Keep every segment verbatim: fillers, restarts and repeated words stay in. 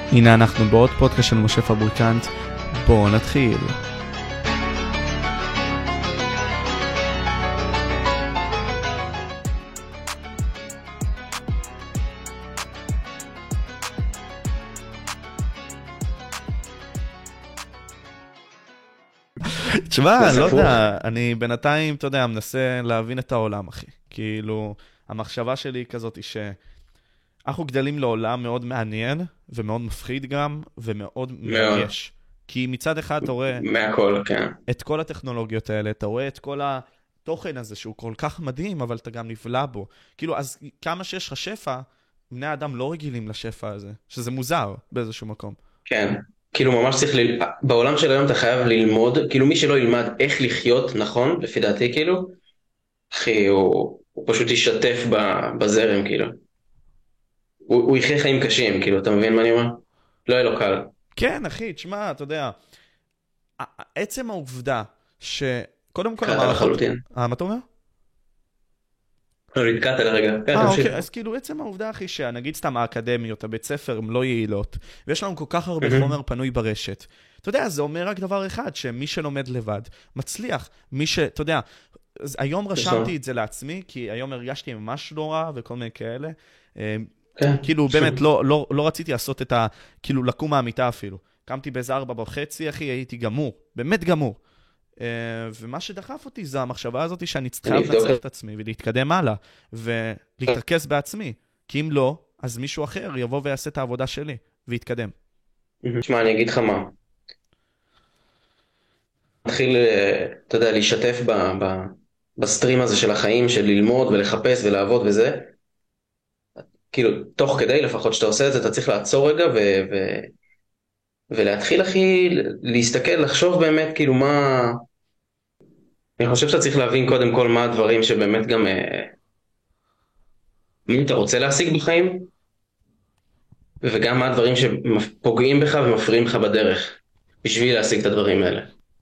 הנה אנחנו בעוד פודקאסט של משה פבריקנט, בואו נתחיל. תשמע, לא יודע, אני בינתיים, אתה יודע, מנסה להבין את העולם, אחי. כאילו, המחשבה שלי היא כזאת היא ש... אנחנו גדלים לעולם מאוד מעניין, ומאוד מפחיד גם, ומאוד מרגש. כי מצד אחד אתה רואה... מהכל, כן. את כל הטכנולוגיות האלה, אתה רואה את כל התוכן הזה, שהוא כל כך מדהים, אבל אתה גם נבלע בו. כאילו, אז כמה שיש לך שפע, בני האדם לא רגילים לשפע הזה, שזה מוזר באיזשהו מקום. כן. כאילו ממש צריך, ל... בעולם של היום אתה חייב ללמוד, כאילו מי שלא ילמד איך לחיות נכון, לפי דעתי כאילו, אחי, הוא, הוא פשוט ישתף בזרם, כאילו. הוא, הוא יחיה חיים קשים, כאילו, אתה מבין מה אני אומר? לא יהיה לו קל. כן, אחי, תשמע, אתה יודע, עצם העובדה שקודם כל... קראת לחלוטין. אה, מה אתה אומר? לא, נתקעת לרגע. אה, אוקיי, אז כאילו עצם העובדה, אחי, שנגיד סתם האקדמיות, הבית ספר, הם לא יעילות, ויש לנו כל כך הרבה חומר פנוי ברשת. אתה יודע, זה אומר רק דבר אחד, שמי שלומד לבד, מצליח. מי ש... אתה יודע, היום רשמתי את זה לעצמי, כי היום הרגשתי ממש לא רע, וכל מיני כאלה. כאילו, באמת, לא רציתי לעשות את ה... כאילו, לקום מהמיטה אפילו. קמתי באיזה ארבע וחצי, אחי, הייתי גמור. באמת גמור. ומה שדחף אותי זה המחשבה הזאת שאני צריכה לנצח את עצמי ולהתקדם הלאה ולהתרכז בעצמי, כי אם לא, אז מישהו אחר יבוא ויעשה את העבודה שלי ויתקדם. תשמע, אני אגיד לך מה. מתחיל, אתה יודע, להשתף בסטרים הזה של החיים, של ללמוד ולחפש ולעבוד וזה. כאילו, תוך כדי, לפחות שאתה עושה את זה, אתה צריך לעצור רגע ולהתחיל, אחי, להסתכל, לחשוב באמת, כאילו, מה... אני חושב שאתה צריך להבין קודם כל מה הדברים שבאמת גם... מי אתה רוצה להשיג בחיים, וגם מה הדברים שפוגעים בך ומפריעים לך בדרך, בשביל להשיג את הדברים האלה.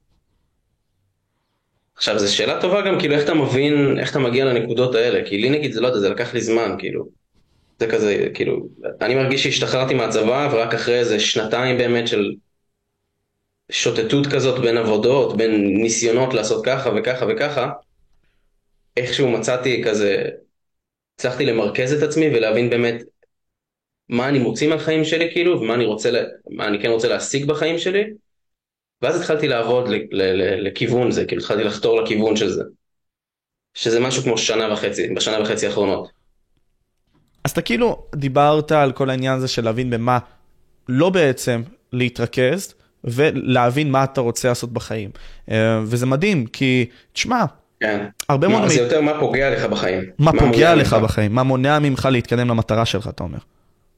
עכשיו, זו שאלה טובה גם, כאילו, איך אתה מבין, איך אתה מגיע לנקודות האלה, כי לי נגיד, זה לא יודע, זה לקח לי זמן, כאילו. זה כזה, כאילו, אני מרגיש שהשתחררתי מהצבא, ורק אחרי איזה שנתיים באמת של... שוטטות כזאת בין עבודות, בין ניסיונות לעשות ככה וככה וככה, איכשהו מצאתי כזה, הצלחתי למרכז את עצמי ולהבין באמת מה אני מוציא מהחיים שלי כאילו, ומה אני רוצה, מה אני כן רוצה להשיג בחיים שלי, ואז התחלתי לעבוד ל- ל- ל- לכיוון זה, כאילו התחלתי לחתור לכיוון של זה, שזה משהו כמו שנה וחצי, בשנה וחצי האחרונות. אז אתה כאילו דיברת על כל העניין הזה של להבין במה לא בעצם להתרכז, ולהבין מה אתה רוצה לעשות בחיים. וזה מדהים, כי, תשמע, כן. הרבה מה, מאוד... זה יותר מה פוגע לך בחיים. מה, מה פוגע לך ממך? בחיים, מה מונע ממך להתקדם למטרה שלך, אתה אומר.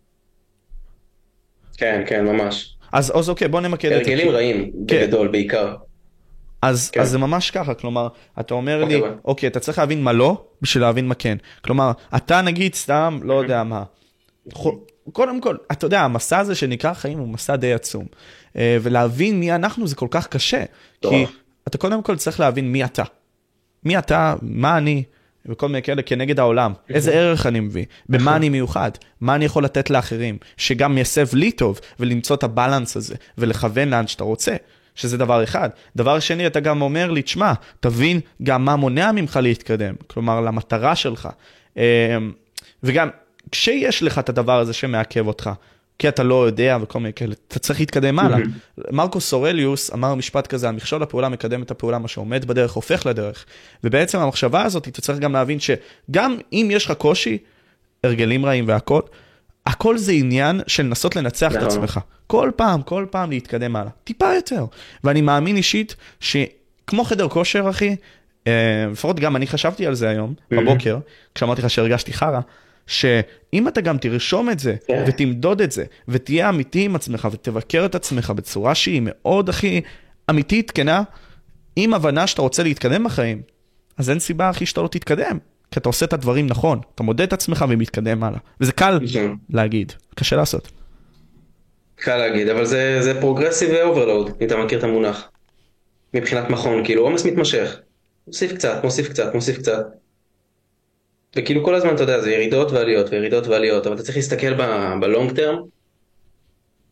כן, כן, ממש. אז, אז אוקיי, בוא נמקד את זה. הרגלים רעים, כן. בגדול, בעיקר. אז, כן. אז זה ממש ככה, כלומר, אתה אומר אוקיי, לי, בוא. אוקיי, אתה צריך להבין מה לא, בשביל להבין מה כן. כלומר, אתה נגיד סתם, לא יודע מה. קודם כל, אתה יודע, המסע הזה שנקרא חיים הוא מסע די עצום. ולהבין מי אנחנו זה כל כך קשה. טוב. כי אתה קודם כל צריך להבין מי אתה. מי אתה, מה אני, וכל מיני כאלה כנגד העולם. איזה ערך אני מביא, במה אני מיוחד, מה אני יכול לתת לאחרים, שגם יסב לי טוב, ולמצוא את הבלנס הזה, ולכוון לאן שאתה רוצה. שזה דבר אחד. דבר שני, אתה גם אומר לי, תשמע, תבין גם מה מונע ממך להתקדם. כלומר, למטרה שלך. וגם, כשיש לך את הדבר הזה שמעכב אותך, כי אתה לא יודע וכל מיני כאלה, אתה צריך להתקדם הלאה. מרקוס אורליוס אמר משפט כזה, המכשול לפעולה מקדם את הפעולה, מה שעומד בדרך הופך לדרך. ובעצם המחשבה הזאת, אתה צריך גם להבין שגם אם יש לך קושי, הרגלים רעים והכל, הכל זה עניין של לנסות לנצח את עצמך. כל פעם, כל פעם להתקדם הלאה. טיפה יותר. ואני מאמין אישית שכמו חדר כושר, אחי, לפחות גם אני חשבתי על זה היום, בבוקר, כשאמרתי לך שהרגשתי חרה, שאם אתה גם תרשום את זה, ותמדוד את זה, ותהיה אמיתי עם עצמך, ותבקר את עצמך בצורה שהיא מאוד הכי אמיתית, כנה, עם הבנה שאתה רוצה להתקדם בחיים, אז אין סיבה הכי שאתה לא תתקדם, כי אתה עושה את הדברים נכון, אתה מודד את עצמך ומתקדם הלאה. וזה קל להגיד, קשה לעשות. קל להגיד, אבל זה, זה פרוגרסיב ואוברלואוד, אם אתה מכיר את המונח. מבחינת מכון, כאילו, עומס מתמשך. מוסיף קצת, מוסיף קצת, מוסיף קצת. וכאילו כל הזמן, אתה יודע, זה ירידות ועליות, וירידות ועליות, אבל אתה צריך להסתכל בלונג טרם,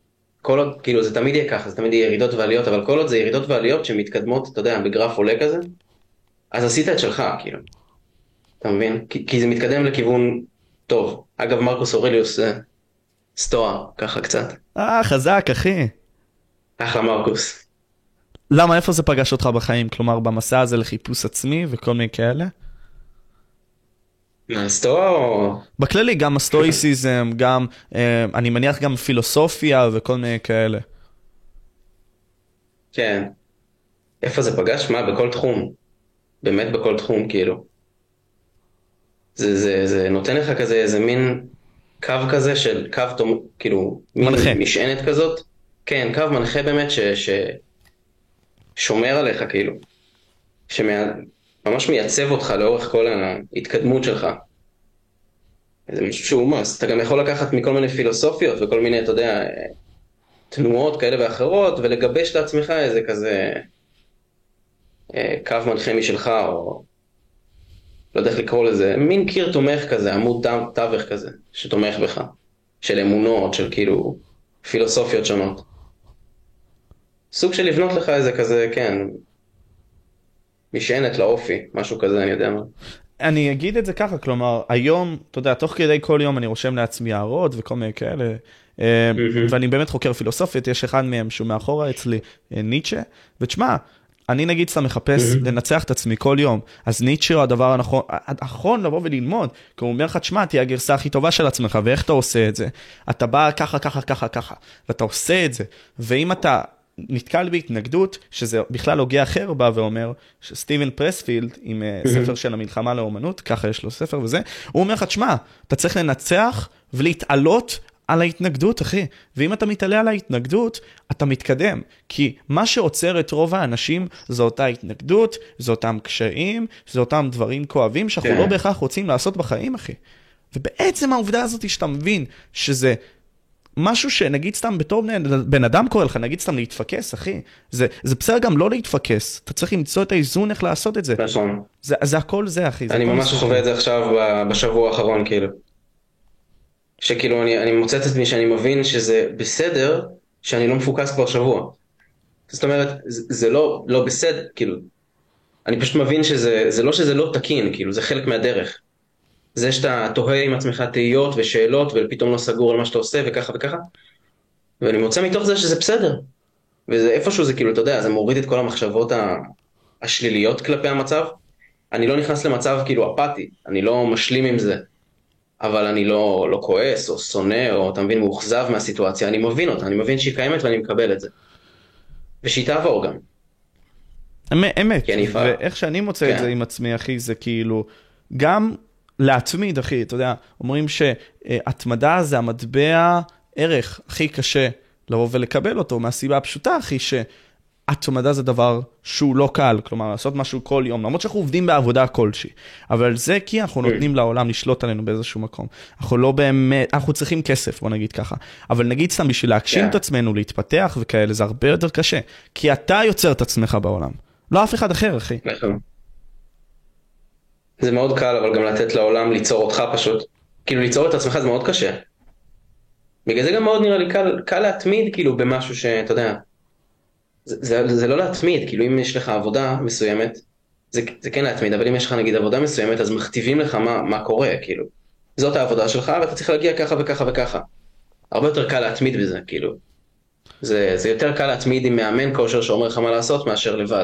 כל עוד, כאילו זה תמיד יהיה ככה, זה תמיד יהיה ירידות ועליות, אבל כל עוד זה ירידות ועליות שמתקדמות, אתה יודע, בגרף עולה כזה, אז עשית את שלך, כאילו. אתה מבין? כי, כי זה מתקדם לכיוון טוב. אגב, מרקוס אורליוס זה סטואה, ככה קצת. אה, חזק, אחי. אחלה מרקוס. למה, איפה זה פגש אותך בחיים? כלומר, במסע הזה לחיפוש עצמי וכל מיני כאלה? מהסטואה או... בכללי, גם הסטואיסיזם, גם, אה, אני מניח גם פילוסופיה וכל מיני כאלה. כן. איפה זה פגש? מה? בכל תחום. באמת בכל תחום, כאילו. זה, זה, זה נותן לך כזה, איזה מין קו כזה של קו, כאילו, מין מנחה. משענת כזאת. כן, קו מנחה באמת ש... ש... שומר עליך, כאילו. שממש מייצב אותך לאורך כל ההתקדמות שלך. זה משהו שהוא מס. אתה גם יכול לקחת מכל מיני פילוסופיות וכל מיני, אתה יודע, תנועות כאלה ואחרות, ולגבש לעצמך איזה כזה קו מנחה משלך, או לא יודע איך לקרוא לזה, מין קיר תומך כזה, עמוד תווך כזה, שתומך בך, של אמונות, של כאילו פילוסופיות שונות. סוג של לבנות לך איזה כזה, כן, משענת לאופי, משהו כזה, אני יודע מה. אני אגיד את זה ככה, כלומר, היום, אתה יודע, תוך כדי כל יום אני רושם לעצמי הערות וכל מיני כאלה, ואני באמת חוקר פילוסופית, יש אחד מהם שהוא מאחורה אצלי, ניטשה, ותשמע, אני נגיד סתם מחפש לנצח את עצמי כל יום, אז ניטשה הוא הדבר הנכון, הנכון לבוא וללמוד, כי הוא אומר לך, תשמע, תהיה הגרסה הכי טובה של עצמך, ואיך אתה עושה את זה? אתה בא ככה, ככה, ככה, ככה, ואתה עושה את זה, ואם אתה נתקל בהתנגדות, שזה בכלל הוגה אחר בא ואומר, שסטיבן פרספילד, עם ספר של המלחמה לאומנות, ככה יש לו ספר וזה, הוא אומר לך, תשמע, אתה צריך לנצח ולהתעלות על ההתנגדות, אחי. ואם אתה מתעלה על ההתנגדות, אתה מתקדם. כי מה שעוצר את רוב האנשים, זו אותה התנגדות, זו אותם קשיים, זו אותם דברים כואבים, שאנחנו לא בהכרח רוצים לעשות בחיים, אחי. ובעצם העובדה הזאת שאתה מבין, שזה משהו שנגיד סתם בתור בן אדם קורא לך, נגיד סתם להתפקס, אחי. זה, זה בסדר גם לא להתפקס. אתה צריך למצוא את האיזון איך לעשות את זה. נכון. זה, זה הכל זה, אחי. אני ממש חווה את זה עכשיו בשבוע האחרון, כאילו. שכאילו אני, אני מוצא את עצמי שאני מבין שזה בסדר שאני לא מפוקס כבר שבוע. זאת אומרת, זה, זה לא, לא בסדר, כאילו. אני פשוט מבין שזה, זה לא שזה לא תקין, כאילו, זה חלק מהדרך. זה שאתה תוהה עם עצמך תהיות ושאלות, ופתאום לא סגור על מה שאתה עושה, וככה וככה. ואני מוצא מתוך זה שזה בסדר. וזה איפשהו זה כאילו, אתה יודע, זה מוריד את כל המחשבות השליליות כלפי המצב. אני לא נכנס למצב כאילו אפאתי, אני לא משלים עם זה. אבל אני לא, לא כועס או שונא, או אתה מבין, מאוכזב מהסיטואציה. אני מבין אותה, אני מבין שהיא קיימת ואני מקבל את זה. ושהיא תעבור גם. אמת, ואיך שאני מוצא את זה עם עצמי, אחי, זה כאילו, גם להתמיד, אחי, אתה יודע, אומרים שהתמדה זה המטבע ערך הכי קשה לבוא ולקבל אותו, מהסיבה הפשוטה, אחי, שהתמדה זה דבר שהוא לא קל, כלומר, לעשות משהו כל יום, למרות שאנחנו עובדים בעבודה כלשהי, אבל זה כי אנחנו נותנים לעולם לשלוט עלינו באיזשהו מקום. אנחנו לא באמת, אנחנו צריכים כסף, בוא נגיד ככה, אבל נגיד סתם בשביל להגשים את עצמנו, להתפתח וכאלה, זה הרבה יותר קשה, כי אתה יוצר את עצמך בעולם, לא אף אחד אחר, אחי. זה מאוד קל, אבל גם לתת לעולם ליצור אותך פשוט. כאילו ליצור את עצמך זה מאוד קשה. בגלל זה גם מאוד נראה לי קל, קל להתמיד כאילו במשהו שאתה יודע, זה, זה, זה לא להתמיד, כאילו אם יש לך עבודה מסוימת, זה, זה כן להתמיד, אבל אם יש לך נגיד עבודה מסוימת, אז מכתיבים לך מה, מה קורה, כאילו. זאת העבודה שלך, ואתה צריך להגיע ככה וככה וככה. הרבה יותר קל להתמיד בזה, כאילו. זה, זה יותר קל להתמיד עם מאמן כושר שאומר לך מה לעשות, מאשר לבד.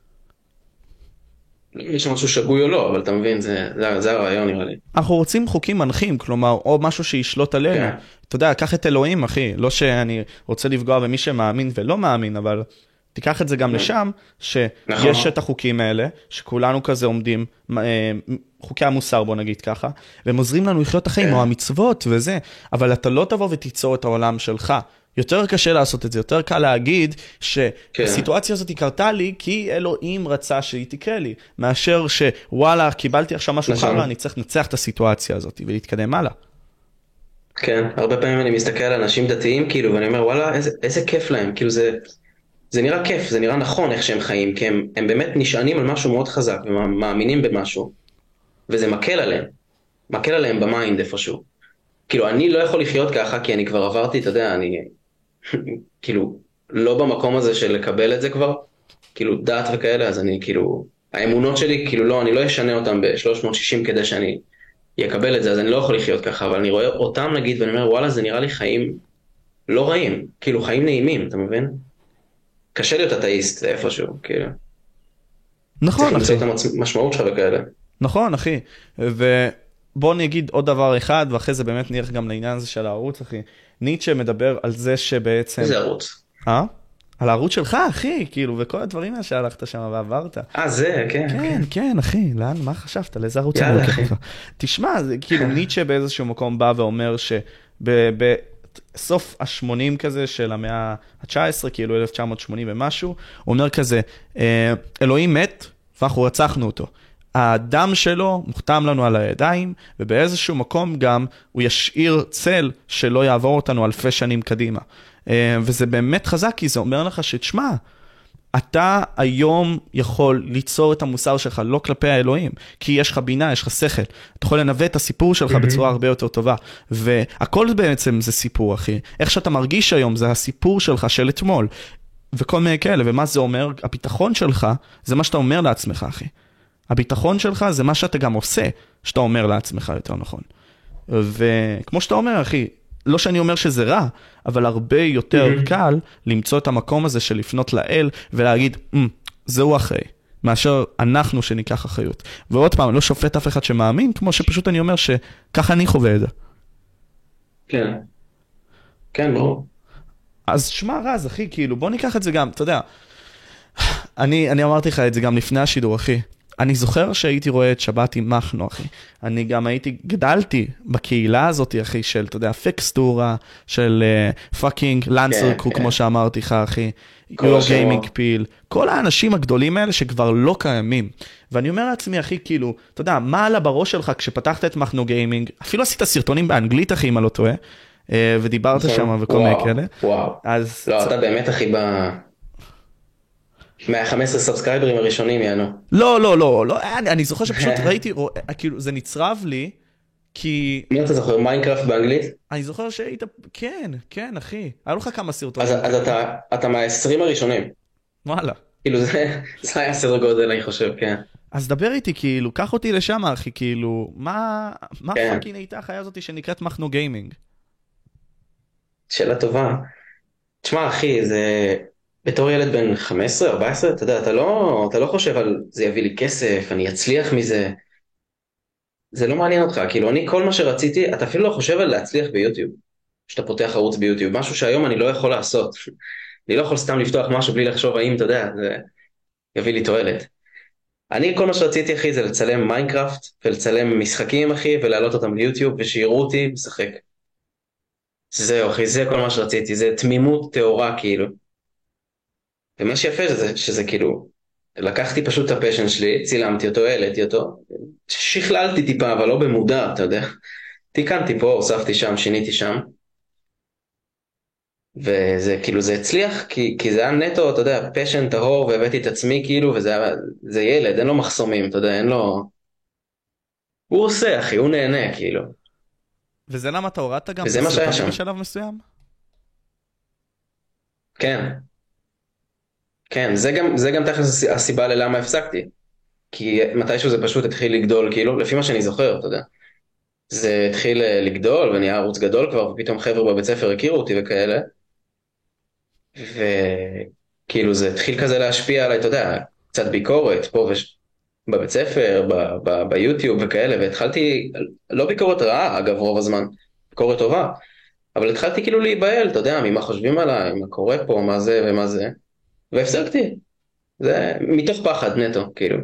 יש משהו שגוי או לא, אבל אתה מבין, זה, זה, זה הרעיון נראה לי. אנחנו רוצים חוקים מנחים, כלומר, או משהו שישלוט עלינו. כן. אתה יודע, קח את אלוהים, אחי. לא שאני רוצה לפגוע במי שמאמין ולא מאמין, אבל תיקח את זה גם לשם, שיש את החוקים האלה, שכולנו כזה עומדים, חוקי המוסר, בוא נגיד ככה, והם עוזרים לנו לחיות החיים, או המצוות וזה, אבל אתה לא תבוא ותיצור את העולם שלך. יותר קשה לעשות את זה, יותר קל להגיד שהסיטואציה הזאת קרתה לי כי אלוהים רצה שהיא תקרה לי, מאשר שוואלה, קיבלתי עכשיו משהו חרא, אני צריך לנצח את הסיטואציה הזאת ולהתקדם הלאה. כן, הרבה פעמים אני מסתכל על אנשים דתיים כאילו, ואני אומר וואלה, איזה, איזה כיף להם, כאילו זה, זה נראה כיף, זה נראה נכון איך שהם חיים, כי הם, הם באמת נשענים על משהו מאוד חזק, ומאמינים במשהו, וזה מקל עליהם, מקל עליהם במיינד איפשהו. כאילו אני לא יכול לחיות ככה, כי אני כבר עברתי, אתה יודע, אני... כאילו, לא במקום הזה של לקבל את זה כבר, כאילו דעת וכאלה, אז אני כאילו, האמונות שלי, כאילו לא, אני לא אשנה אותם ב-שלוש מאות ושישים כדי שאני יקבל את זה, אז אני לא יכול לחיות ככה, אבל אני רואה אותם נגיד, ואני אומר, וואלה, זה נראה לי חיים לא רעים, כאילו חיים נעימים, אתה מבין? קשה להיות אתאיסט איפשהו, כאילו. צריך נכון, למצוא אחי. את המשמעות שלך וכאלה. נכון, אחי. ובוא נגיד עוד דבר אחד, ואחרי זה באמת נלך גם לעניין הזה של הערוץ, אחי. ניטשה מדבר על זה שבעצם... איזה ערוץ? אה? על הערוץ שלך, אחי, כאילו, וכל הדברים האלה שהלכת שם ועברת. אה, זה, כן, כן, כן. כן, אחי, לאן, מה חשבת? לאיזה ערוץ יאללה, אני לוקח אחי. אותך? תשמע, זה כאילו ניטשה באיזשהו מקום בא ואומר שבסוף ה-שמונים כזה של המאה ה-תשע עשרה, כאילו אלף תשע מאות שמונים ומשהו, הוא אומר כזה, אה, אלוהים מת, ואנחנו רצחנו אותו. הדם שלו מוכתם לנו על הידיים, ובאיזשהו מקום גם הוא ישאיר צל שלא יעבור אותנו אלפי שנים קדימה. אה, וזה באמת חזק, כי זה אומר לך שתשמע, אתה היום יכול ליצור את המוסר שלך, לא כלפי האלוהים, כי יש לך בינה, יש לך שכל. אתה יכול לנווט את הסיפור שלך בצורה הרבה יותר טובה. והכל בעצם זה סיפור, אחי. איך שאתה מרגיש היום, זה הסיפור שלך של אתמול. וכל מיני כאלה, ומה זה אומר? הביטחון שלך, זה מה שאתה אומר לעצמך, אחי. הביטחון שלך זה מה שאתה גם עושה, שאתה אומר לעצמך יותר נכון. וכמו שאתה אומר, אחי, לא שאני אומר שזה רע, אבל הרבה יותר קל למצוא את המקום הזה של לפנות לאל ולהגיד, זהו אחרי, מאשר אנחנו שניקח אחריות. ועוד פעם, לא שופט אף אחד שמאמין, כמו שפשוט אני אומר שככה אני חווה את זה. כן. כן, ברור. אז שמע רז, אחי, כאילו, בוא ניקח את זה גם, אתה יודע, אני, אני אמרתי לך את זה גם לפני השידור, אחי. אני זוכר שהייתי רואה את שבת עם מחנו, אחי. אני גם הייתי, גדלתי בקהילה הזאת, אחי, של, אתה יודע, פקסטורה, של פאקינג לנסר, כמו שאמרתי לך, אחי. יור גיימינג פיל. כל האנשים הגדולים האלה שכבר לא קיימים. ואני אומר לעצמי, אחי, כאילו, אתה יודע, מה עלה בראש שלך כשפתחת את מחנו גיימינג? אפילו עשית סרטונים באנגלית, אחי, אם אני לא טועה. ודיברת שם וכל מיני כאלה. וואו. לא, אתה באמת, אחי, ב... מאה וחמש עשרה סאבסקרייברים הראשונים יענו. לא, לא, לא, לא, אני, אני זוכר שפשוט ראיתי, כאילו, זה נצרב לי, כי... מי אתה זוכר? מיינקראפט באנגלית? אני זוכר שהיית, כן, כן, אחי. היה לך כמה סרטונים. אז, אז אתה, אתה מה-עשרים הראשונים. וואלה. כאילו, זה, זה היה סדר גודל, אני חושב, כן. אז דבר איתי, כאילו, קח אותי לשם, אחי, כאילו, מה, מה כן. פאקינג הייתה החיה הזאת שנקראת מחנו גיימינג? שאלה טובה. תשמע, אחי, זה... בתור ילד בן חמש עשרה, ארבע עשרה, אתה יודע, אתה לא, אתה לא חושב על זה יביא לי כסף, אני אצליח מזה. זה לא מעניין אותך, כאילו אני כל מה שרציתי, אתה אפילו לא חושב על להצליח ביוטיוב. שאתה פותח ערוץ ביוטיוב, משהו שהיום אני לא יכול לעשות. אני לא יכול סתם לפתוח משהו בלי לחשוב האם, אתה יודע, זה יביא לי תועלת. אני כל מה שרציתי, אחי, זה לצלם מיינקראפט, ולצלם משחקים, אחי, ולהעלות אותם ליוטיוב, ושיראו אותי משחק. זהו, אחי, זה כל מה שרציתי, זה תמימות תאורה, כאילו. ומה שיפה שזה, שזה כאילו, לקחתי פשוט את הפשן שלי, צילמתי אותו, העליתי אותו, שכללתי טיפה, אבל לא במודע, אתה יודע. תיקנתי פה, הוספתי שם, שיניתי שם. וזה כאילו, זה הצליח, כי, כי זה היה נטו, אתה יודע, פשן טהור, והבאתי את עצמי כאילו, וזה היה, זה ילד, אין לו מחסומים, אתה יודע, אין לו... הוא עושה, אחי, הוא נהנה, כאילו. וזה למה אתה הורדת גם וזה מה שהיה שם. בשלב מסוים? כן. כן, זה גם, זה גם תכף הסיבה ללמה הפסקתי. כי מתישהו זה פשוט התחיל לגדול, כאילו, לפי מה שאני זוכר, אתה יודע. זה התחיל לגדול, ונהיה ערוץ גדול כבר, ופתאום חבר'ה בבית ספר הכירו אותי וכאלה. וכאילו זה התחיל כזה להשפיע עליי, אתה יודע, קצת ביקורת פה וש... בבית ספר, ב- ב- ביוטיוב וכאלה, והתחלתי, לא ביקורת רעה, אגב, רוב הזמן, ביקורת טובה, אבל התחלתי כאילו להיבהל, אתה יודע, ממה חושבים עליי, מה קורה פה, מה זה ומה זה, והפסקתי. זה מתוך פחד נטו, כאילו.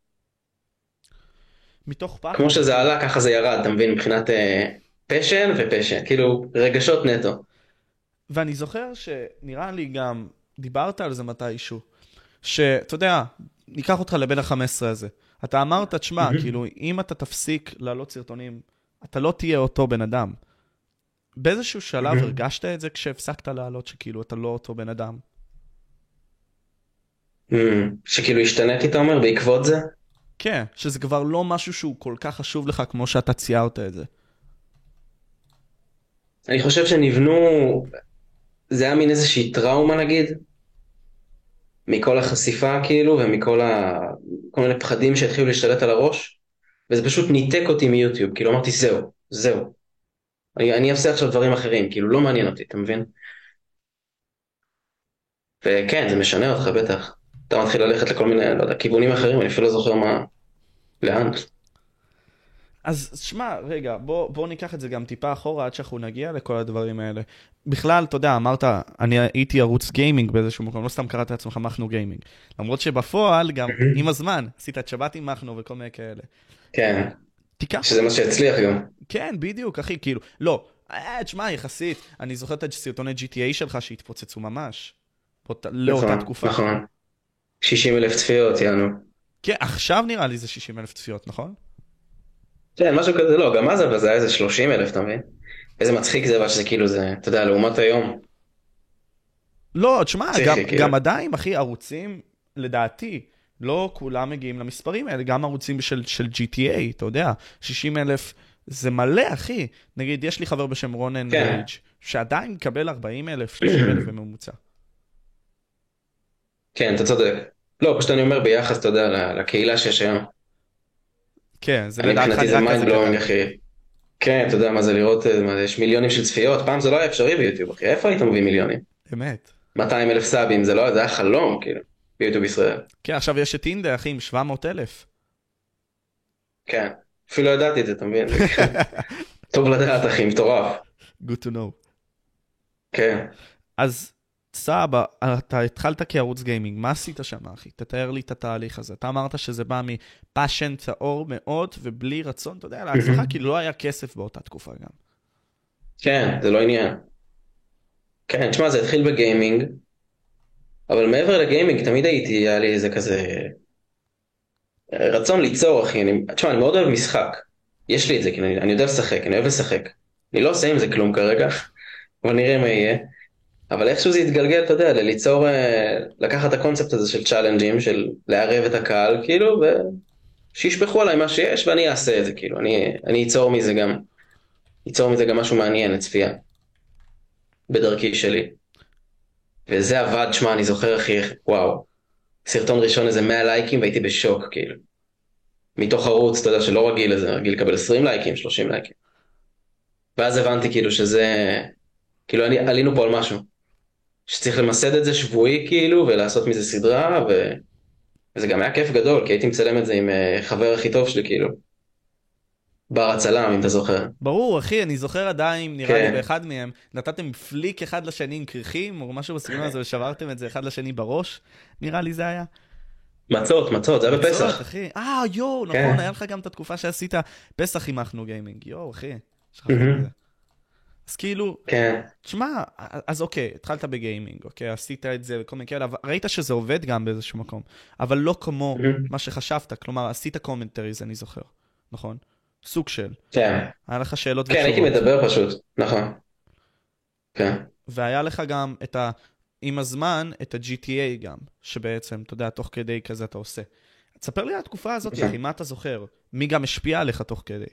מתוך פחד? כמו שזה עלה, ככה זה ירד, אתה מבין, מבחינת אה, פשן ופשן, כאילו רגשות נטו. ואני זוכר שנראה לי גם, דיברת על זה מתישהו, שאתה יודע, ניקח אותך לבין ה-חמש עשרה הזה. אתה אמרת, תשמע, כאילו, אם אתה תפסיק לעלות סרטונים, אתה לא תהיה אותו בן אדם. באיזשהו שלב הרגשת את זה כשהפסקת לעלות, שכאילו אתה לא אותו בן אדם? שכאילו השתנתי, אתה אומר, בעקבות זה? כן, שזה כבר לא משהו שהוא כל כך חשוב לך כמו שאתה ציירת את זה. אני חושב שנבנו, זה היה מין איזושהי טראומה נגיד, מכל החשיפה כאילו, ומכל ה... כל מיני פחדים שהתחילו להשתלט על הראש, וזה פשוט ניתק אותי מיוטיוב, כאילו אמרתי זהו, זהו. אני, אני אעשה עכשיו דברים אחרים, כאילו לא מעניין אותי, אתה מבין? וכן, זה משנה אותך בטח. אתה מתחיל ללכת לכל מיני, לא יודע, כיוונים אחרים, אני אפילו לא זוכר מה, לאן. אז שמע, רגע, בוא, בוא ניקח את זה גם טיפה אחורה עד שאנחנו נגיע לכל הדברים האלה. בכלל, אתה יודע, אמרת, אני הייתי ערוץ גיימינג באיזשהו מקום, לא סתם קראת לעצמך מחנו גיימינג. למרות שבפועל, גם עם הזמן, עשית את שבת עם מחנו וכל מיני כאלה. כן, תיקח. שזה מה שהצליח גם. כן, בדיוק, אחי, כאילו, לא, אה, תשמע, יחסית, אני זוכר את סרטוני ג'י טי איי שלך שהתפוצצו ממש, באות, לאותה נכון, תקופה. נכון. שישים אלף צפיות, יענו. כן, עכשיו נראה לי זה שישים אלף צפיות, נכון? כן, משהו כזה, לא, גם אז אבל זה היה איזה שלושים אלף, אתה מבין? איזה מצחיק זה, אבל שזה כאילו זה, אתה יודע, לעומת היום. לא, תשמע, גם, פסיכי, כאילו. גם עדיין, אחי, ערוצים, לדעתי, לא כולם מגיעים למספרים האלה, גם ערוצים של, של ג'י טי איי, אתה יודע, שישים אלף זה מלא, אחי. נגיד, יש לי חבר בשם רונן כן. רייג', שעדיין מקבל ארבעים אלף, שלושים אלף בממוצע. כן, אתה צודק. לא, פשוט אני אומר ביחס, אתה יודע, לקהילה שיש היום. כן, זה אני לדעתך מבחינתי זה נראה מיינד כזה בלואוינג, קטן. אחי. כן, אתה יודע מה זה לראות, מה זה, יש מיליונים של צפיות, פעם זה לא היה אפשרי ביוטיוב, אחי, איפה היית מביא מיליונים? אמת. מאתיים אלף סאבים, זה לא, זה היה חלום, כאילו, ביוטיוב ישראל. כן, עכשיו יש את אינדה, אחי, עם שבע מאות אלף. כן, אפילו לא ידעתי את זה, אתה מבין? טוב לדעת, אחי, מטורף. Good to know. כן. אז סבא, אתה התחלת כערוץ גיימינג, מה עשית שם, אחי? תתאר לי את התהליך הזה. אתה אמרת שזה בא מפאשן טהור מאוד, ובלי רצון, אתה יודע, להצלחה, כי לא היה כסף באותה תקופה גם. כן, זה לא עניין. כן, תשמע, זה התחיל בגיימינג, אבל מעבר לגיימינג, תמיד הייתי, היה לי איזה כזה רצון ליצור, אחי. אני, תשמע, אני מאוד אוהב משחק. יש לי את זה, כי אני, אני יודע לשחק, אני אוהב לשחק. אני לא עושה עם זה כלום כרגע, אבל נראה מה יהיה. אבל איכשהו זה יתגלגל, אתה יודע, ליצור, אה, לקחת את הקונספט הזה של צ'אלנג'ים, של לערב את הקהל, כאילו, ושישפכו עליי מה שיש, ואני אעשה את זה, כאילו. אני, אני אצור מזה גם, ייצור מזה גם משהו מעניין לצפייה, בדרכי שלי. וזה עבד, שמע, אני זוכר, אחי, וואו. סרטון ראשון איזה מאה לייקים והייתי בשוק, כאילו. מתוך ערוץ, אתה יודע, שלא רגיל לזה, רגיל לקבל עשרים לייקים, שלושים לייקים. ואז הבנתי כאילו שזה, כאילו אני, עלינו פה על משהו. שצריך למסד את זה שבועי כאילו, ולעשות מזה סדרה, ו... וזה גם היה כיף גדול, כי הייתי מצלם את זה עם uh, חבר הכי טוב שלי, כאילו. בר הצלם, אם אתה זוכר. ברור, אחי, אני זוכר עדיין, נראה כן. לי באחד מהם, נתתם פליק אחד לשני עם קרחים, או משהו בסגנון הזה, ושברתם את זה אחד לשני בראש, נראה לי זה היה. מצות, מצות, זה היה בפסח. מצות, אחי. אה, יואו, כן. נכון, היה לך גם את התקופה שעשית פסח עם מחנו גיימינג. יואו, אחי, שכחתי את זה. אז כאילו, כן. תשמע, אז אוקיי, התחלת בגיימינג, אוקיי, עשית את זה וכל מיני כאלה, ראית שזה עובד גם באיזשהו מקום, אבל לא כמו מה שחשבת, כלומר, עשית קומנטריז, אני זוכר, נכון? סוג של. כן. היה לך שאלות כן, הייתי מדבר פשוט, נכון. כן. והיה לך גם את ה... עם הזמן, את ה-ג'י טי איי גם, שבעצם, אתה יודע, תוך כדי כזה אתה עושה. תספר לי על התקופה הזאת, אחי, מה אתה זוכר? מי גם השפיע עליך תוך כדי?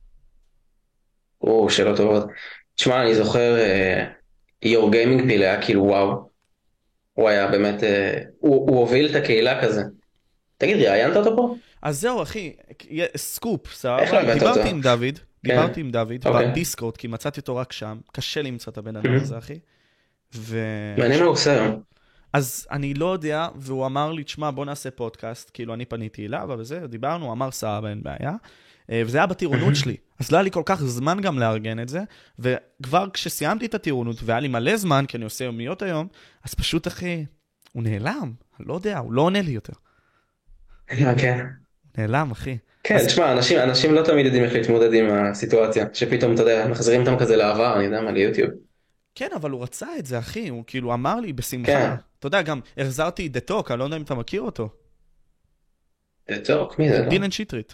או, שאלות טובות. תשמע, אני זוכר, יור גיימינג פיל היה כאילו וואו. הוא היה באמת, אה, הוא, הוא הוביל את הקהילה כזה. תגיד, ראיינת אותו פה? אז זהו, אחי, סקופ, איך סבבה? הבאת דיברתי אותו? עם דוד, כן. דיברתי עם דוד, אוקיי. בדיסקורד, כי מצאתי אותו רק שם, קשה למצוא את הבן אדם הזה, אחי. ו... מעניין מה הוא עושה היום. אז אני לא יודע, והוא אמר לי, תשמע, בוא נעשה פודקאסט, כאילו אני פניתי אליו, וזה, דיברנו, הוא אמר סבבה, אין בעיה, וזה היה בטירונות שלי, אז לא היה לי כל כך זמן גם לארגן את זה, וכבר כשסיימתי את הטירונות, והיה לי מלא זמן, כי אני עושה יומיות היום, אז פשוט, אחי, הוא נעלם, אני לא יודע, הוא לא עונה לי יותר. כן. נעלם, אחי. כן, תשמע, אנשים, אנשים לא תמיד יודעים איך להתמודד עם הסיטואציה, שפתאום, אתה יודע, מחזירים אותם כזה לעבר, אני יודע מה, ליוטיוב. כן, אבל הוא רצה את זה, אחי, הוא כאילו אמר לי בשמחה. כן. אתה יודע, גם החזרתי דטוק, אני לא יודע אם אתה מכיר אותו. דטוק, מי זה? דילן שיטריט.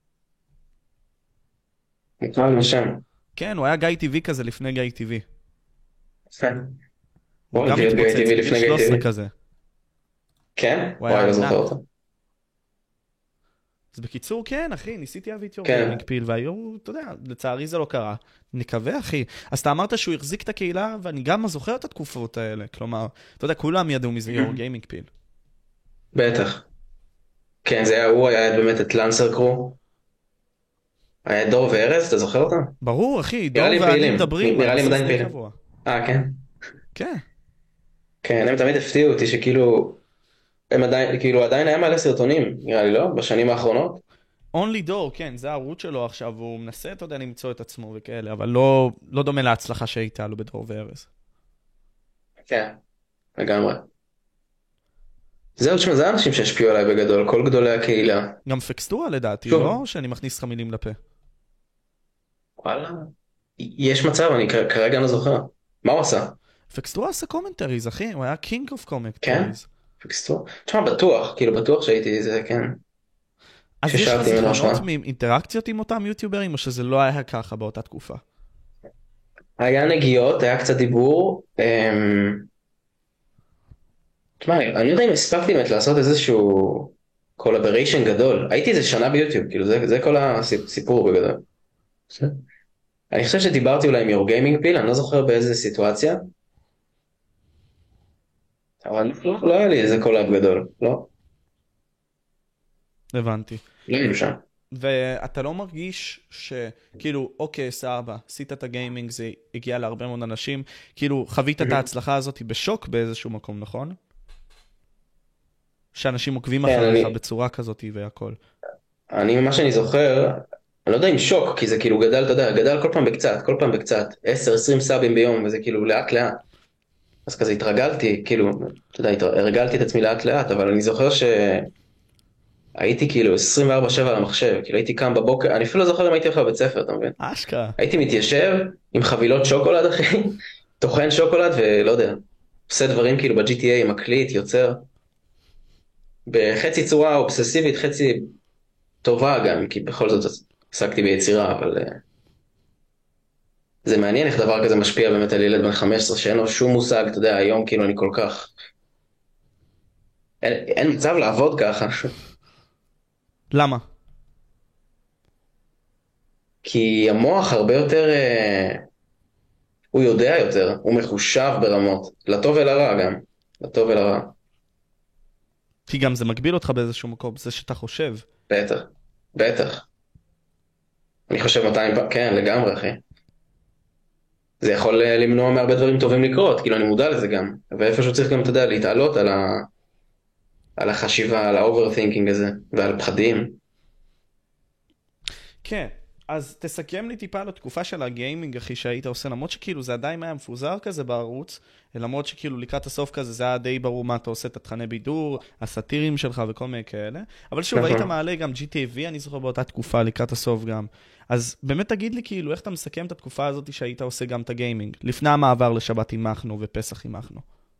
נקרא לו שם. כן, הוא היה גיא טי וי כזה לפני גיא טי וי. כן. הוא בוא גם נביא את גיא התפוצץ, טי וי לפני גיא שלוש עשרה טי וי. כזה. כן? הוא היה וואי, לא זוכר ענק. אותו. אז בקיצור, כן, אחי, ניסיתי להביא את יור כן. גיימינג פיל, והיו, אתה יודע, לצערי זה לא קרה. נקווה, אחי. אז אתה אמרת שהוא החזיק את הקהילה, ואני גם זוכר את התקופות האלה. כלומר, אתה יודע, כולם ידעו מזה יור גיימינג פיל. בטח. כן, זה היה, הוא היה באמת את לנסר קרו. היה דור וארז, אתה זוכר אותם? ברור, אחי, דור נראה לי ואני פעילים. מדברים. נראה לי על הם עדיין בסיס די פעילים. קבוע. אה, כן? כן. כן, הם תמיד הפתיעו אותי שכאילו, הם עדיין, כאילו עדיין היה מלא סרטונים, נראה לי לא? בשנים האחרונות. Only Door, כן, זה הערוץ שלו עכשיו, והוא מנסה, אתה יודע, למצוא את עצמו וכאלה, אבל לא, לא דומה להצלחה שהייתה לו בדור וארז. כן, לגמרי. זהו, תשמע, זה האנשים שהשפיעו עליי בגדול, כל גדולי הקהילה. גם פקסטורה לדעתי, שוב. לא? שאני מכניס לך מילים לפה. וואלה. יש מצב, אני כ- כרגע לא זוכר. מה הוא עשה? פקסטורה עשה קומנטריז, אחי, הוא היה קינג אוף כן? קומנטריז. פקסטור? תשמע, בטוח, כאילו בטוח שהייתי זה, כן. אז יש לך ששאלתי ממנו זיכרונות השפעה. מאינטראקציות עם אותם יוטיוברים, או שזה לא היה ככה באותה תקופה? היה נגיעות, היה קצת דיבור. אמ, תשמע, אני לא יודע אם הספקתי באמת לעשות איזשהו קולאבריישן גדול. הייתי איזה שנה ביוטיוב, כאילו זה, זה כל הסיפור בגדול. אני חושב שדיברתי אולי עם יור גיימינג פיל, אני לא זוכר באיזה סיטואציה. אבל לא, לא היה לי איזה קולאב גדול, לא. הבנתי. לא היינו שם. ואתה לא מרגיש שכאילו, אוקיי, סבבה, עשית את הגיימינג, זה הגיע להרבה מאוד אנשים, כאילו, חווית את ההצלחה הזאת בשוק באיזשהו מקום, נכון? שאנשים עוקבים כן, אחריך אני- בצורה כזאת והכל. אני, מה שאני זוכר, אני לא יודע אם שוק, כי זה כאילו גדל, אתה יודע, גדל כל פעם בקצת, כל פעם בקצת, עשר עשרים סאבים ביום, וזה כאילו לאט לאט. אז כזה התרגלתי, כאילו, אתה יודע, התר- הרגלתי את עצמי לאט לאט, אבל אני זוכר שהייתי כאילו עשרים וארבע שבע על המחשב, כאילו הייתי קם בבוקר, אני אפילו לא זוכר אם הייתי הולך לבית ספר, אתה מבין? אשכרה. הייתי מתיישב עם חבילות שוקולד, אחי, טוחן שוקולד ולא יודע, עושה דברים כאילו ב-ג'י טי איי, מקליט, יוצר, בחצי צורה אובססיבית, חצי טובה גם, כי בכל זאת עסקתי ביצירה, אבל אה, זה מעניין איך דבר כזה משפיע באמת על ילד בן חמש עשרה שאין לו שום מושג, אתה יודע, היום כאילו אני כל כך... אין, אין מצב לעבוד ככה, למה? כי המוח הרבה יותר... אה, הוא יודע יותר, הוא מחושב ברמות, לטוב ולרע גם, לטוב ולרע, כי גם זה מגביל אותך באיזשהו מקום, זה שאתה חושב. בטח, בטח. אני חושב מאתיים פעם, כן, לגמרי, אחי. זה יכול אה, למנוע מהרבה דברים טובים לקרות, כאילו אני מודע לזה גם, ואיפשהו צריך גם, אתה יודע, להתעלות על, ה... על החשיבה, על האוברתינקינג הזה, ועל פחדים. כן, אז תסכם לי טיפה על התקופה של הגיימינג, אחי, שהיית עושה, למרות שכאילו זה עדיין היה מפוזר כזה בערוץ, למרות שכאילו לקראת הסוף כזה זה היה די ברור מה אתה עושה, את התכני בידור, הסאטירים שלך וכל מיני כאלה, אבל שוב, נכון. היית מעלה גם ג'י טי איי וי, אני זוכר באותה תקופה, לקראת הסוף גם. אז באמת תגיד לי כאילו, איך אתה מסכם את התקופה הזאת שהיית עושה גם את הגיימינג, לפני המעבר לשבת עם מחנו ופסח עם מחנו?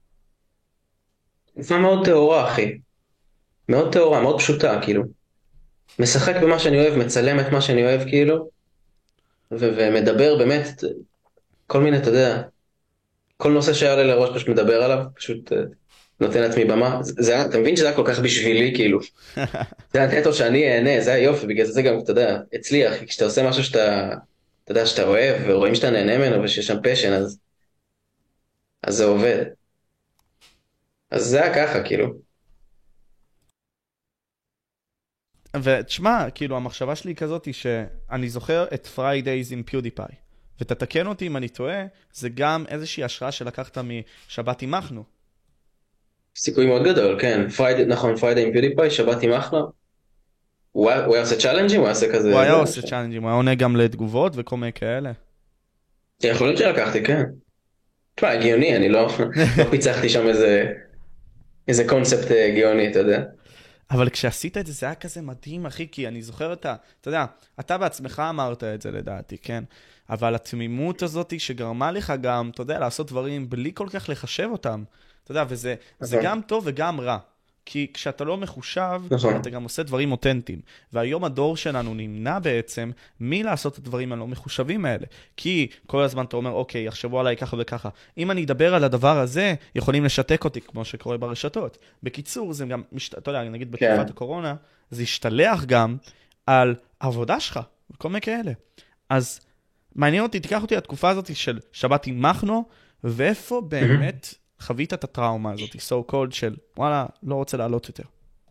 תקופה מאוד טהורה, אחי. מאוד טהורה, מאוד פשוטה, כאילו. משחק במה שאני אוהב, מצלם את מה שאני אוהב, כאילו, ו- ומדבר באמת, כל מיני, אתה יודע, כל נושא שהיה לי לראש פשוט מדבר עליו, פשוט אה, נותן לעצמי במה. זה, זה, היה- אתה מבין שזה היה כל כך בשבילי, כאילו. זה היה נטו שאני אהנה, זה היה יופי, בגלל זה גם, אתה יודע, הצליח, כי כשאתה עושה משהו שאתה, אתה יודע, שאתה אוהב, ורואים שאתה נהנה ממנו, ושיש שם פשן, אז, אז זה עובד. אז זה היה ככה, כאילו. ותשמע, כאילו, המחשבה שלי היא כזאת היא שאני זוכר את Fridays עם PewDiePie, ותתקן אותי אם אני טועה, זה גם איזושהי השראה שלקחת משבת עם מחנו. סיכוי מאוד גדול, כן. פריידי, נכון, פריידי עם פיודיפיי, שבת עם אחלה. הוא היה הוא היה עושה צ'אלנג'ים? הוא היה עושה כזה... הוא היה זה- עושה צ'אלנג'ים, הוא היה עונה גם לתגובות וכל מיני כאלה. יכול להיות שלקחתי, כן. תשמע, הגיוני, אני לא לא פיצחתי שם איזה איזה קונספט אה, גאוני, אתה יודע. אבל כשעשית את זה, זה היה כזה מדהים, אחי, כי אני זוכר את ה... אתה יודע, אתה בעצמך אמרת את זה לדעתי, כן? אבל התמימות הזאת שגרמה לך גם, אתה יודע, לעשות דברים בלי כל כך לחשב אותם. אתה יודע, וזה זה נכון. גם טוב וגם רע. כי כשאתה לא מחושב, נכון. אתה גם עושה דברים אותנטיים. והיום הדור שלנו נמנע בעצם מלעשות את הדברים הלא מחושבים האלה. כי כל הזמן אתה אומר, אוקיי, יחשבו עליי ככה וככה. אם אני אדבר על הדבר הזה, יכולים לשתק אותי, כמו שקורה ברשתות. בקיצור, זה גם, אתה יודע, נגיד בתקופת הקורונה, זה השתלח גם על העבודה שלך, וכל מיני כאלה. אז מעניין אותי, תיקח אותי לתקופה הזאת של שבת עם מחנו, ואיפה באמת חווית את הטראומה הזאת, so called של, וואלה, לא רוצה לעלות יותר.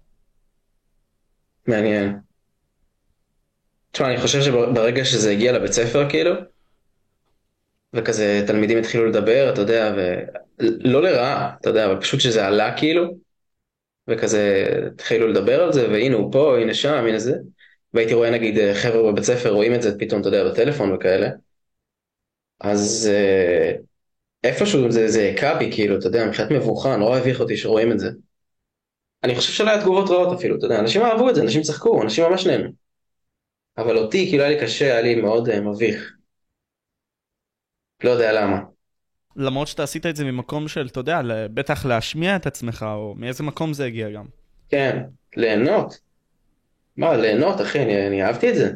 מעניין. תשמע, אני חושב שברגע שזה הגיע לבית ספר, כאילו, וכזה תלמידים התחילו לדבר, אתה יודע, ולא לרעה, אתה יודע, אבל פשוט שזה עלה, כאילו, וכזה התחילו לדבר על זה, והנה הוא פה, הנה שם, הנה זה, והייתי רואה, נגיד, חבר'ה בבית ספר רואים את זה פתאום, אתה יודע, בטלפון וכאלה, אז איפשהו זה, זה הקע בי, כאילו, אתה יודע, מבחינת מבוכה, נורא הביך אותי שרואים את זה. אני חושב שלא היה תגובות רעות אפילו, אתה יודע, אנשים אהבו את זה, אנשים צחקו, אנשים ממש נהנו. אבל אותי, כאילו, היה לי קשה, היה לי מאוד uh, מביך. לא יודע למה. למרות שאתה עשית את זה ממקום של, אתה יודע, בטח להשמיע את עצמך, או מאיזה מקום זה הגיע גם. כן, ליהנות. מה, ליהנות, אחי, אני, אני אהבתי את זה.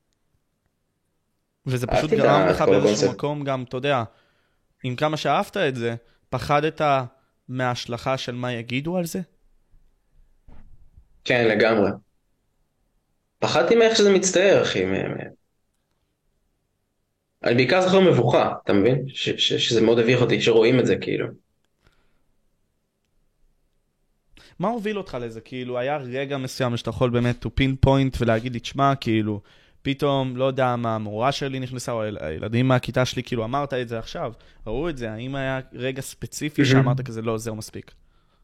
וזה פשוט גרם לך באיזשהו מקום גם, אתה יודע, עם כמה שאהבת את זה, פחדת מההשלכה של מה יגידו על זה? כן, לגמרי. פחדתי מאיך שזה מצטער, אחי. אני בעיקר זוכר מבוכה, אתה מבין? ש- ש- שזה מאוד הביך אותי, שרואים את זה, כאילו. מה הוביל אותך לזה? כאילו, היה רגע מסוים שאתה יכול באמת to pinpoint ולהגיד לי, תשמע, כאילו, פתאום, לא יודע מה, המורה שלי נכנסה, או הילדים מהכיתה שלי, כאילו, אמרת את זה עכשיו, ראו את זה, האם היה רגע ספציפי שאמרת כזה, לא, זהו מספיק?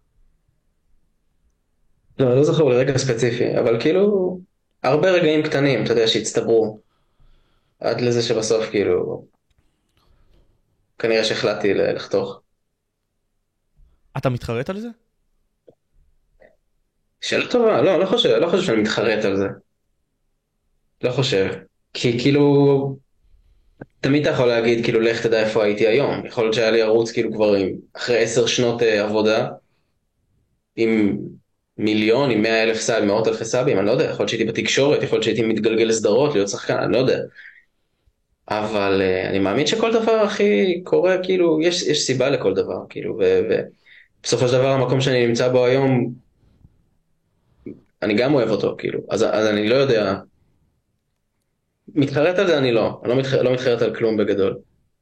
לא, לא זוכר לרגע ספציפי, אבל כאילו, הרבה רגעים קטנים, אתה יודע, שהצטברו. עד לזה שבסוף, כאילו, כנראה שהחלטתי ל- לחתוך. אתה מתחרט על זה? שאלה טובה, לא, לא חושב, לא חושב שאני מתחרט על זה. לא חושב. כי כאילו, תמיד אתה יכול להגיד, כאילו, לך תדע איפה הייתי היום. יכול להיות שהיה לי ערוץ, כאילו, כבר עם, אחרי עשר שנות uh, עבודה, עם מיליון, עם מאה אלף סאב, מאות אלפי סאבים, אני לא יודע, יכול להיות שהייתי בתקשורת, יכול להיות שהייתי מתגלגל לסדרות, להיות שחקן, אני לא יודע. אבל uh, אני מאמין שכל דבר הכי קורה, כאילו, יש, יש סיבה לכל דבר, כאילו, ובסופו של דבר, המקום שאני נמצא בו היום, אני גם אוהב אותו, כאילו, אז, אז אני לא יודע, מתחרט על זה אני לא, אני לא, מתח... לא מתחרט על כלום בגדול.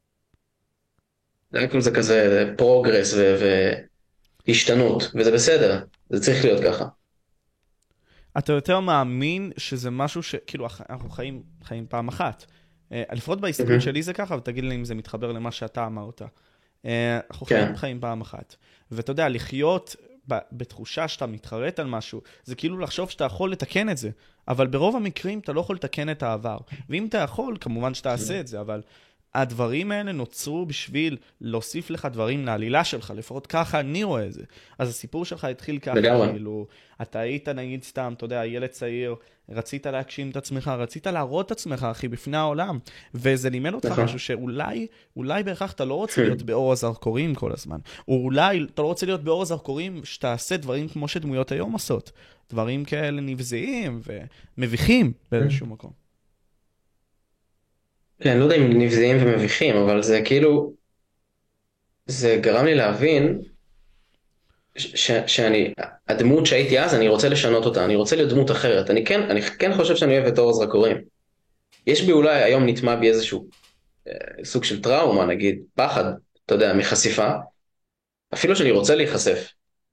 זה, זה כזה פרוגרס ו... והשתנות, וזה בסדר, זה צריך להיות ככה. אתה יותר מאמין שזה משהו ש... כאילו, אנחנו חיים, חיים פעם אחת. לפחות בהסתכלות שלי זה ככה, ותגיד לי אם זה מתחבר למה שאתה אמרת. אנחנו חיים, חיים פעם אחת. ואתה יודע, לחיות בתחושה שאתה מתחרט על משהו, זה כאילו לחשוב שאתה יכול לתקן את זה. אבל ברוב המקרים אתה לא יכול לתקן את העבר. ואם אתה יכול, כמובן שאתה עושה את זה, אבל הדברים האלה נוצרו בשביל להוסיף לך דברים לעלילה שלך, לפחות ככה אני רואה את זה. אז הסיפור שלך התחיל ככה, כאילו, אתה היית נגיד סתם, אתה יודע, ילד צעיר, רצית להגשים את עצמך, רצית להראות את עצמך, אחי, בפני העולם, וזה לימד אותך משהו שאולי, אולי בהכרח אתה לא רוצה להיות באור הזרקורים כל הזמן, או אולי אתה לא רוצה להיות באור הזרקורים שתעשה דברים כמו שדמויות היום עושות, דברים כאלה נבזיים ומביכים באיזשהו מקום. כן, לא יודע אם נבזיים ומביכים, אבל זה כאילו, זה גרם לי להבין ש- שאני, הדמות שהייתי אז, אני רוצה לשנות אותה, אני רוצה להיות דמות אחרת. אני כן, אני כן חושב שאני אוהב את אור הזרקורים. יש בי אולי היום נטמע בי איזשהו אה, סוג של טראומה, נגיד, פחד, אתה יודע, מחשיפה, אפילו שאני רוצה להיחשף.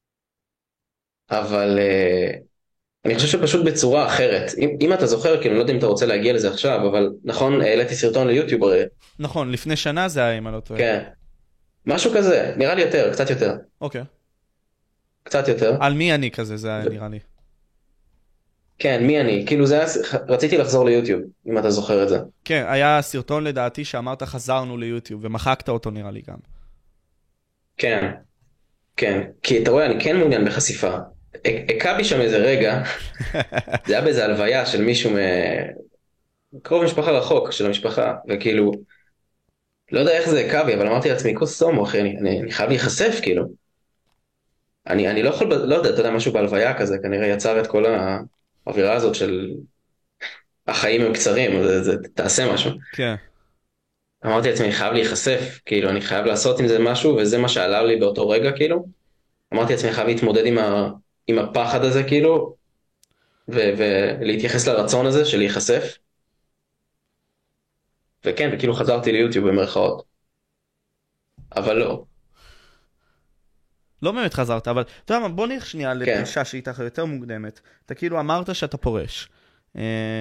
אבל אה, אני חושב שפשוט בצורה אחרת. אם, אם אתה זוכר, כאילו, אני לא יודע אם אתה רוצה להגיע לזה עכשיו, אבל נכון, העליתי סרטון ליוטיוב הרי. נכון, לפני שנה זה היה, אם אני לא טועה. כן. משהו כזה, נראה לי יותר, קצת יותר. אוקיי. קצת יותר. על מי אני כזה, זה היה נראה לי. כן, מי אני? כאילו זה היה, רציתי לחזור ליוטיוב, אם אתה זוכר את זה. כן, היה סרטון לדעתי שאמרת חזרנו ליוטיוב, ומחקת אותו נראה לי גם. כן, כן. כי אתה רואה, אני כן מעוניין בחשיפה. הקע בי שם איזה רגע, זה היה באיזה הלוויה של מישהו מקרוב משפחה רחוק של המשפחה, וכאילו, לא יודע איך זה הקע בי, אבל אמרתי לעצמי, כוס סומו, אחי, אני, אני, אני חייב להיחשף, כאילו. אני, אני לא יכול, ב- לא יודע, אתה יודע, משהו בהלוויה כזה, כנראה יצר את כל האווירה הזאת של החיים הם קצרים, זה, זה, תעשה משהו. כן. אמרתי לעצמי, אני חייב להיחשף, כאילו, אני חייב לעשות עם זה משהו, וזה מה שעלה לי באותו רגע, כאילו. אמרתי לעצמי, אני חייב להתמודד עם, ה, עם הפחד הזה, כאילו, ו, ולהתייחס לרצון הזה של להיחשף. וכן, וכאילו חזרתי ליוטיוב במרכאות. אבל לא. לא באמת חזרת, אבל אתה יודע מה, בוא נלך שנייה כן. לפרישה שהיא איתך יותר מוקדמת. אתה כאילו אמרת שאתה פורש. אמ,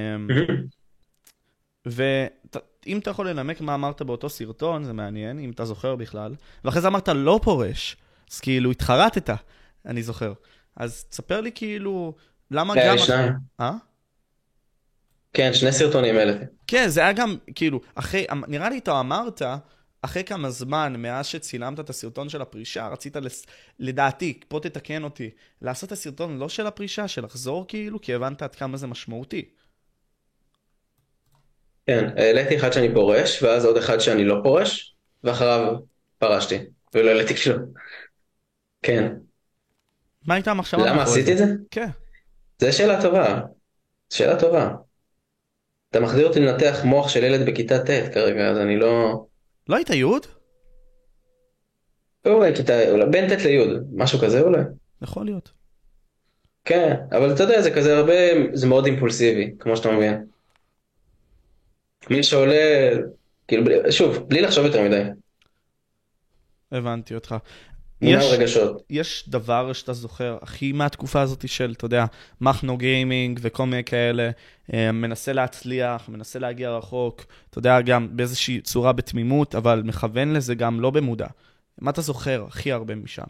ואם אתה יכול לנמק מה אמרת באותו סרטון, זה מעניין, אם אתה זוכר בכלל. ואחרי זה אמרת לא פורש, אז כאילו התחרטת, אני זוכר. אז תספר לי כאילו, למה היה גם... לי שניים. אה? כן, שני סרטונים אלה. כן, זה היה גם, כאילו, אחרי, נראה לי אתה אמרת, אחרי כמה זמן, מאז שצילמת את הסרטון של הפרישה, רצית, לס... לדעתי, פה תתקן אותי, לעשות את הסרטון לא של הפרישה, של לחזור כאילו, כי הבנת עד כמה זה משמעותי. כן, העליתי אחד שאני פורש, ואז עוד אחד שאני לא פורש, ואחריו פרשתי, ולא העליתי כלום. כן. מה הייתה המחשבה למה מאחורי עשיתי את זה? כן. זו שאלה טובה. שאלה טובה. אתה מחזיר אותי לנתח מוח של ילד בכיתה ט' כרגע, אז אני לא... לא היית יוד? אולי כיתה... אולי בין ט' לי', משהו כזה אולי. יכול להיות. כן, אבל אתה יודע, זה כזה הרבה... זה מאוד אימפולסיבי, כמו שאתה מבין. מי שעולה... כאילו, בלי- שוב, בלי לחשוב יותר מדי. הבנתי אותך. מנהל יש, רגשות. יש דבר שאתה זוכר הכי מהתקופה הזאת של, אתה יודע, מחנו גיימינג וכל מיני כאלה, אה, מנסה להצליח, מנסה להגיע רחוק, אתה יודע, גם באיזושהי צורה בתמימות, אבל מכוון לזה גם לא במודע. מה אתה זוכר הכי הרבה משם?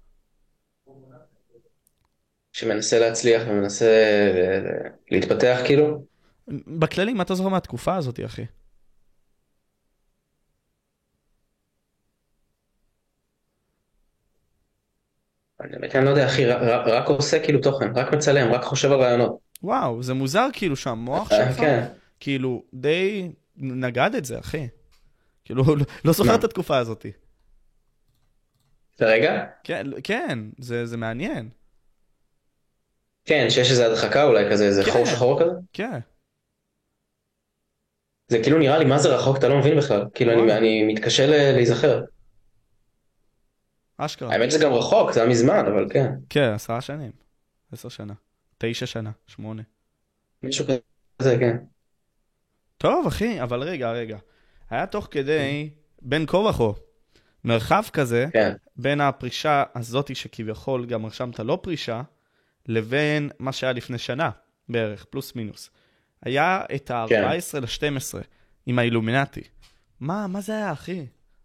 שמנסה להצליח ומנסה ל- ל- להתפתח כאילו. בכללי, מה אתה זוכר מהתקופה הזאת, אחי? אני באמת אני לא יודע, אחי, ר- ר- רק עושה כאילו תוכן, רק מצלם, רק חושב על רעיונות. וואו, זה מוזר כאילו שהמוח אה, שלך, כן. כאילו, די נגד את זה, אחי. כאילו, לא, לא זוכר מה? את התקופה הזאת. רגע? כן, כן, זה, זה מעניין. כן, שיש איזו הדחקה אולי כזה, איזה כן, חור שחור כזה. כן, זה כאילו נראה לי מה זה רחוק, אתה לא מבין בכלל. כאילו אני, וואלה, אני מתקשה ל- להיזכר. אשכרה. האמת שזה גם רחוק, זה היה מזמן, אבל כן. כן, עשרה שנים, עשר שנה, תשע שנה, שמונה. משהו כזה, כן. טוב, אחי, אבל רגע, רגע. היה תוך כדי, בין כה וכה, מרחב כזה, כן, בין הפרישה הזאת שכביכול גם רשמת לא פרישה, לבין מה שהיה לפני שנה, בערך, פלוס מינוס. היה את ה-ארבעה עשר ל-שתים עשרה, עם האילומינטי. מה, מה זה היה, אחי?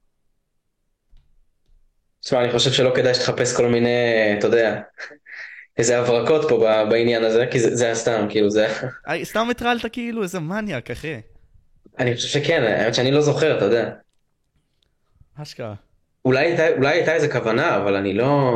תשמע, אני חושב שלא כדאי שתחפש כל מיני, אתה יודע, איזה הברקות פה ב- בעניין הזה, כי זה, זה היה סתם, כאילו זה... אי, סתם הטרלת כאילו, איזה מניאק, אחי. אני חושב שכן, האמת שאני לא זוכר, אתה יודע. אשכרה. אולי הייתה, אולי הייתה איזה כוונה, אבל אני לא...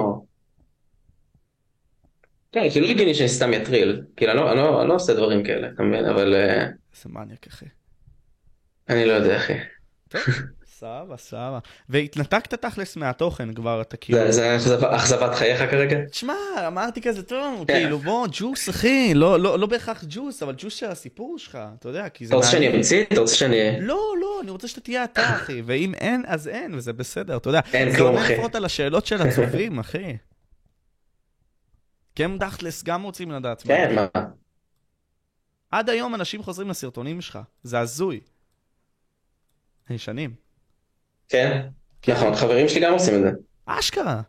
כן, כאילו לא הגיוני שאני סתם יטריל, כאילו אני לא, אני לא, אני לא עושה דברים כאלה, אתה מבין? אבל אה, איזה מניאק, אחי. אני לא יודע, אחי. טוב, סבבה, סבבה. והתנתקת תכלס מהתוכן כבר, אתה כאילו... זה, זה אכזב- אכזבת חייך כרגע? תשמע, אמרתי כזה, טוב, כאילו, בוא, ג'וס, אחי. לא, לא, לא בהכרח ג'וס, אבל ג'וס של הסיפור שלך, אתה יודע, כי זה אתה רוצה שאני מעניין. אמציא? אתה רוצה שאני... לא, לא, אני רוצה שאתה תהיה אתה, אחי. ואם אין, אז אין, וזה בסדר, אתה יודע. אין זה כלום, עונה אחי. לפחות על השאלות של הצופים, אחי. כי הם דחלס גם רוצים לדעת. מה. כן, מה? עד היום אנשים חוזרים לסרטונים שלך. זה הזוי. הישנים. כן? כן. נכון, חברים שלי גם עושים את זה. אשכרה.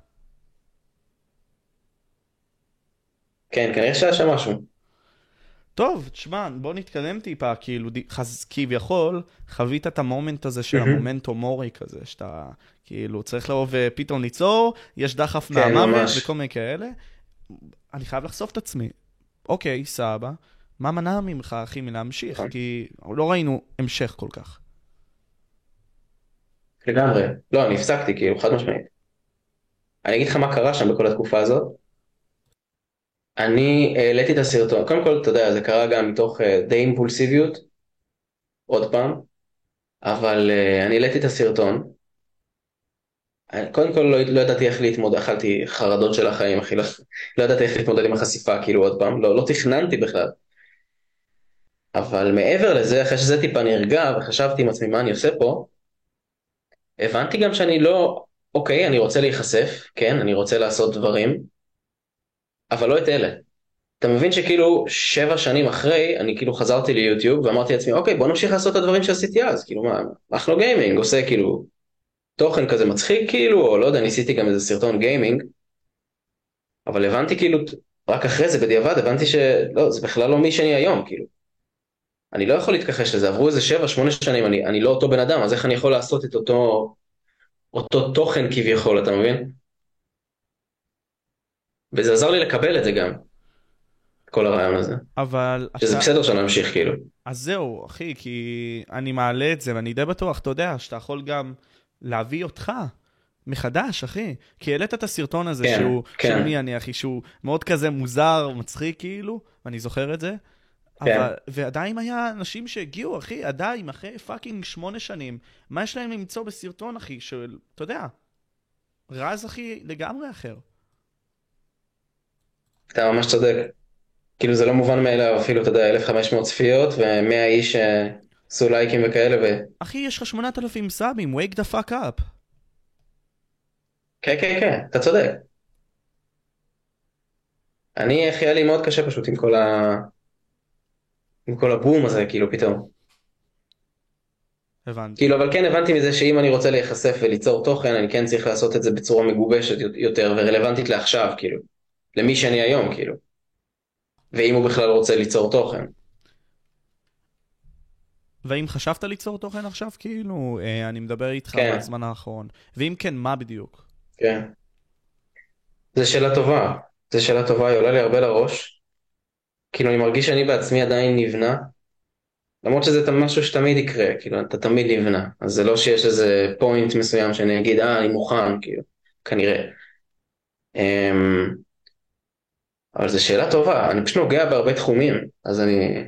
כן, כנראה שהיה שם משהו. טוב, תשמע, בוא נתקדם טיפה, כאילו, די- חז- כביכול, חווית את המומנט הזה של מהמם. המומנטו מורי כזה, שאתה, כאילו, צריך לבוא ופתאום ליצור, יש דחף כן, מהמוות ממש. וכל מיני כאלה. אני חייב לחשוף את עצמי. אוקיי, סבא, מה מנע ממך, אחי, מלהמשיך? נכון. כי לא ראינו המשך כל כך. לגמרי. לא, אני הפסקתי, כאילו, חד משמעית. אני אגיד לך מה קרה שם בכל התקופה הזאת. אני העליתי את הסרטון. קודם כל, אתה יודע, זה קרה גם מתוך אה, די אימפולסיביות, עוד פעם, אבל אה, אני העליתי את הסרטון. קודם כל לא, לא ידעתי איך להתמודד, אכלתי חרדות של החיים, אחי, לא, לא ידעתי איך להתמודד עם החשיפה, כאילו עוד פעם, לא, לא תכננתי בכלל. אבל מעבר לזה, אחרי שזה טיפה נרגע, וחשבתי עם עצמי מה אני עושה פה, הבנתי גם שאני לא, אוקיי, אני רוצה להיחשף, כן, אני רוצה לעשות דברים, אבל לא את אלה. אתה מבין שכאילו שבע שנים אחרי, אני כאילו חזרתי ליוטיוב, ואמרתי לעצמי, אוקיי, בוא נמשיך לעשות את הדברים שעשיתי אז, כאילו מה, אנחנו גיימינג, עושה כאילו תוכן כזה מצחיק כאילו, או לא יודע, ניסיתי גם איזה סרטון גיימינג, אבל הבנתי כאילו, רק אחרי זה בדיעבד, הבנתי שלא, זה בכלל לא מי שאני היום, כאילו. אני לא יכול להתכחש לזה, עברו איזה שבע, שמונה שנים, אני, אני לא אותו בן אדם, אז איך אני יכול לעשות את אותו, אותו תוכן כביכול, אתה מבין? וזה עזר לי לקבל את זה גם, כל הרעיון הזה. אבל שזה אתה... בסדר שאני אמשיך כאילו. אז זהו, אחי, כי אני מעלה את זה, ואני די בטוח, אתה יודע, שאתה יכול גם להביא אותך מחדש, אחי. כי העלית את הסרטון הזה, כן, שהוא, כן. של מי אני, אחי, שהוא מאוד כזה מוזר, מצחיק, כאילו, ואני זוכר את זה. כן. אבל, ועדיין היה אנשים שהגיעו, אחי, עדיין, אחרי פאקינג שמונה שנים, מה יש להם למצוא בסרטון, אחי, של, אתה יודע, רז, אחי, לגמרי אחר. אתה ממש צודק. כאילו זה לא מובן מאליו, אפילו, אתה יודע, אלף וחמש מאות צפיות, ו-מאה איש עשו לייקים וכאלה, ו... אחי, יש לך שמונת אלפים סאבים, wake the fuck up. כן, כן, כן, אתה צודק. אני, איך היה לי מאוד קשה פשוט עם כל ה... עם כל הבום הזה, כאילו, פתאום. הבנתי. כאילו, אבל כן הבנתי מזה שאם אני רוצה להיחשף וליצור תוכן, אני כן צריך לעשות את זה בצורה מגובשת יותר, ורלוונטית לעכשיו, כאילו. למי שאני היום, כאילו. ואם הוא בכלל רוצה ליצור תוכן. ואם חשבת ליצור תוכן עכשיו, כאילו, אה, אני מדבר איתך כן. בזמן האחרון. ואם כן, מה בדיוק? כן. זו שאלה טובה. זו שאלה טובה, היא עולה לי הרבה לראש. כאילו, אני מרגיש שאני בעצמי עדיין נבנה. למרות שזה משהו שתמיד יקרה, כאילו, אתה תמיד נבנה. אז זה לא שיש איזה פוינט מסוים שאני אגיד, אה, אני מוכן, כאילו, כנראה. אמ, אבל זו שאלה טובה, אני פשוט נוגע בהרבה תחומים, אז אני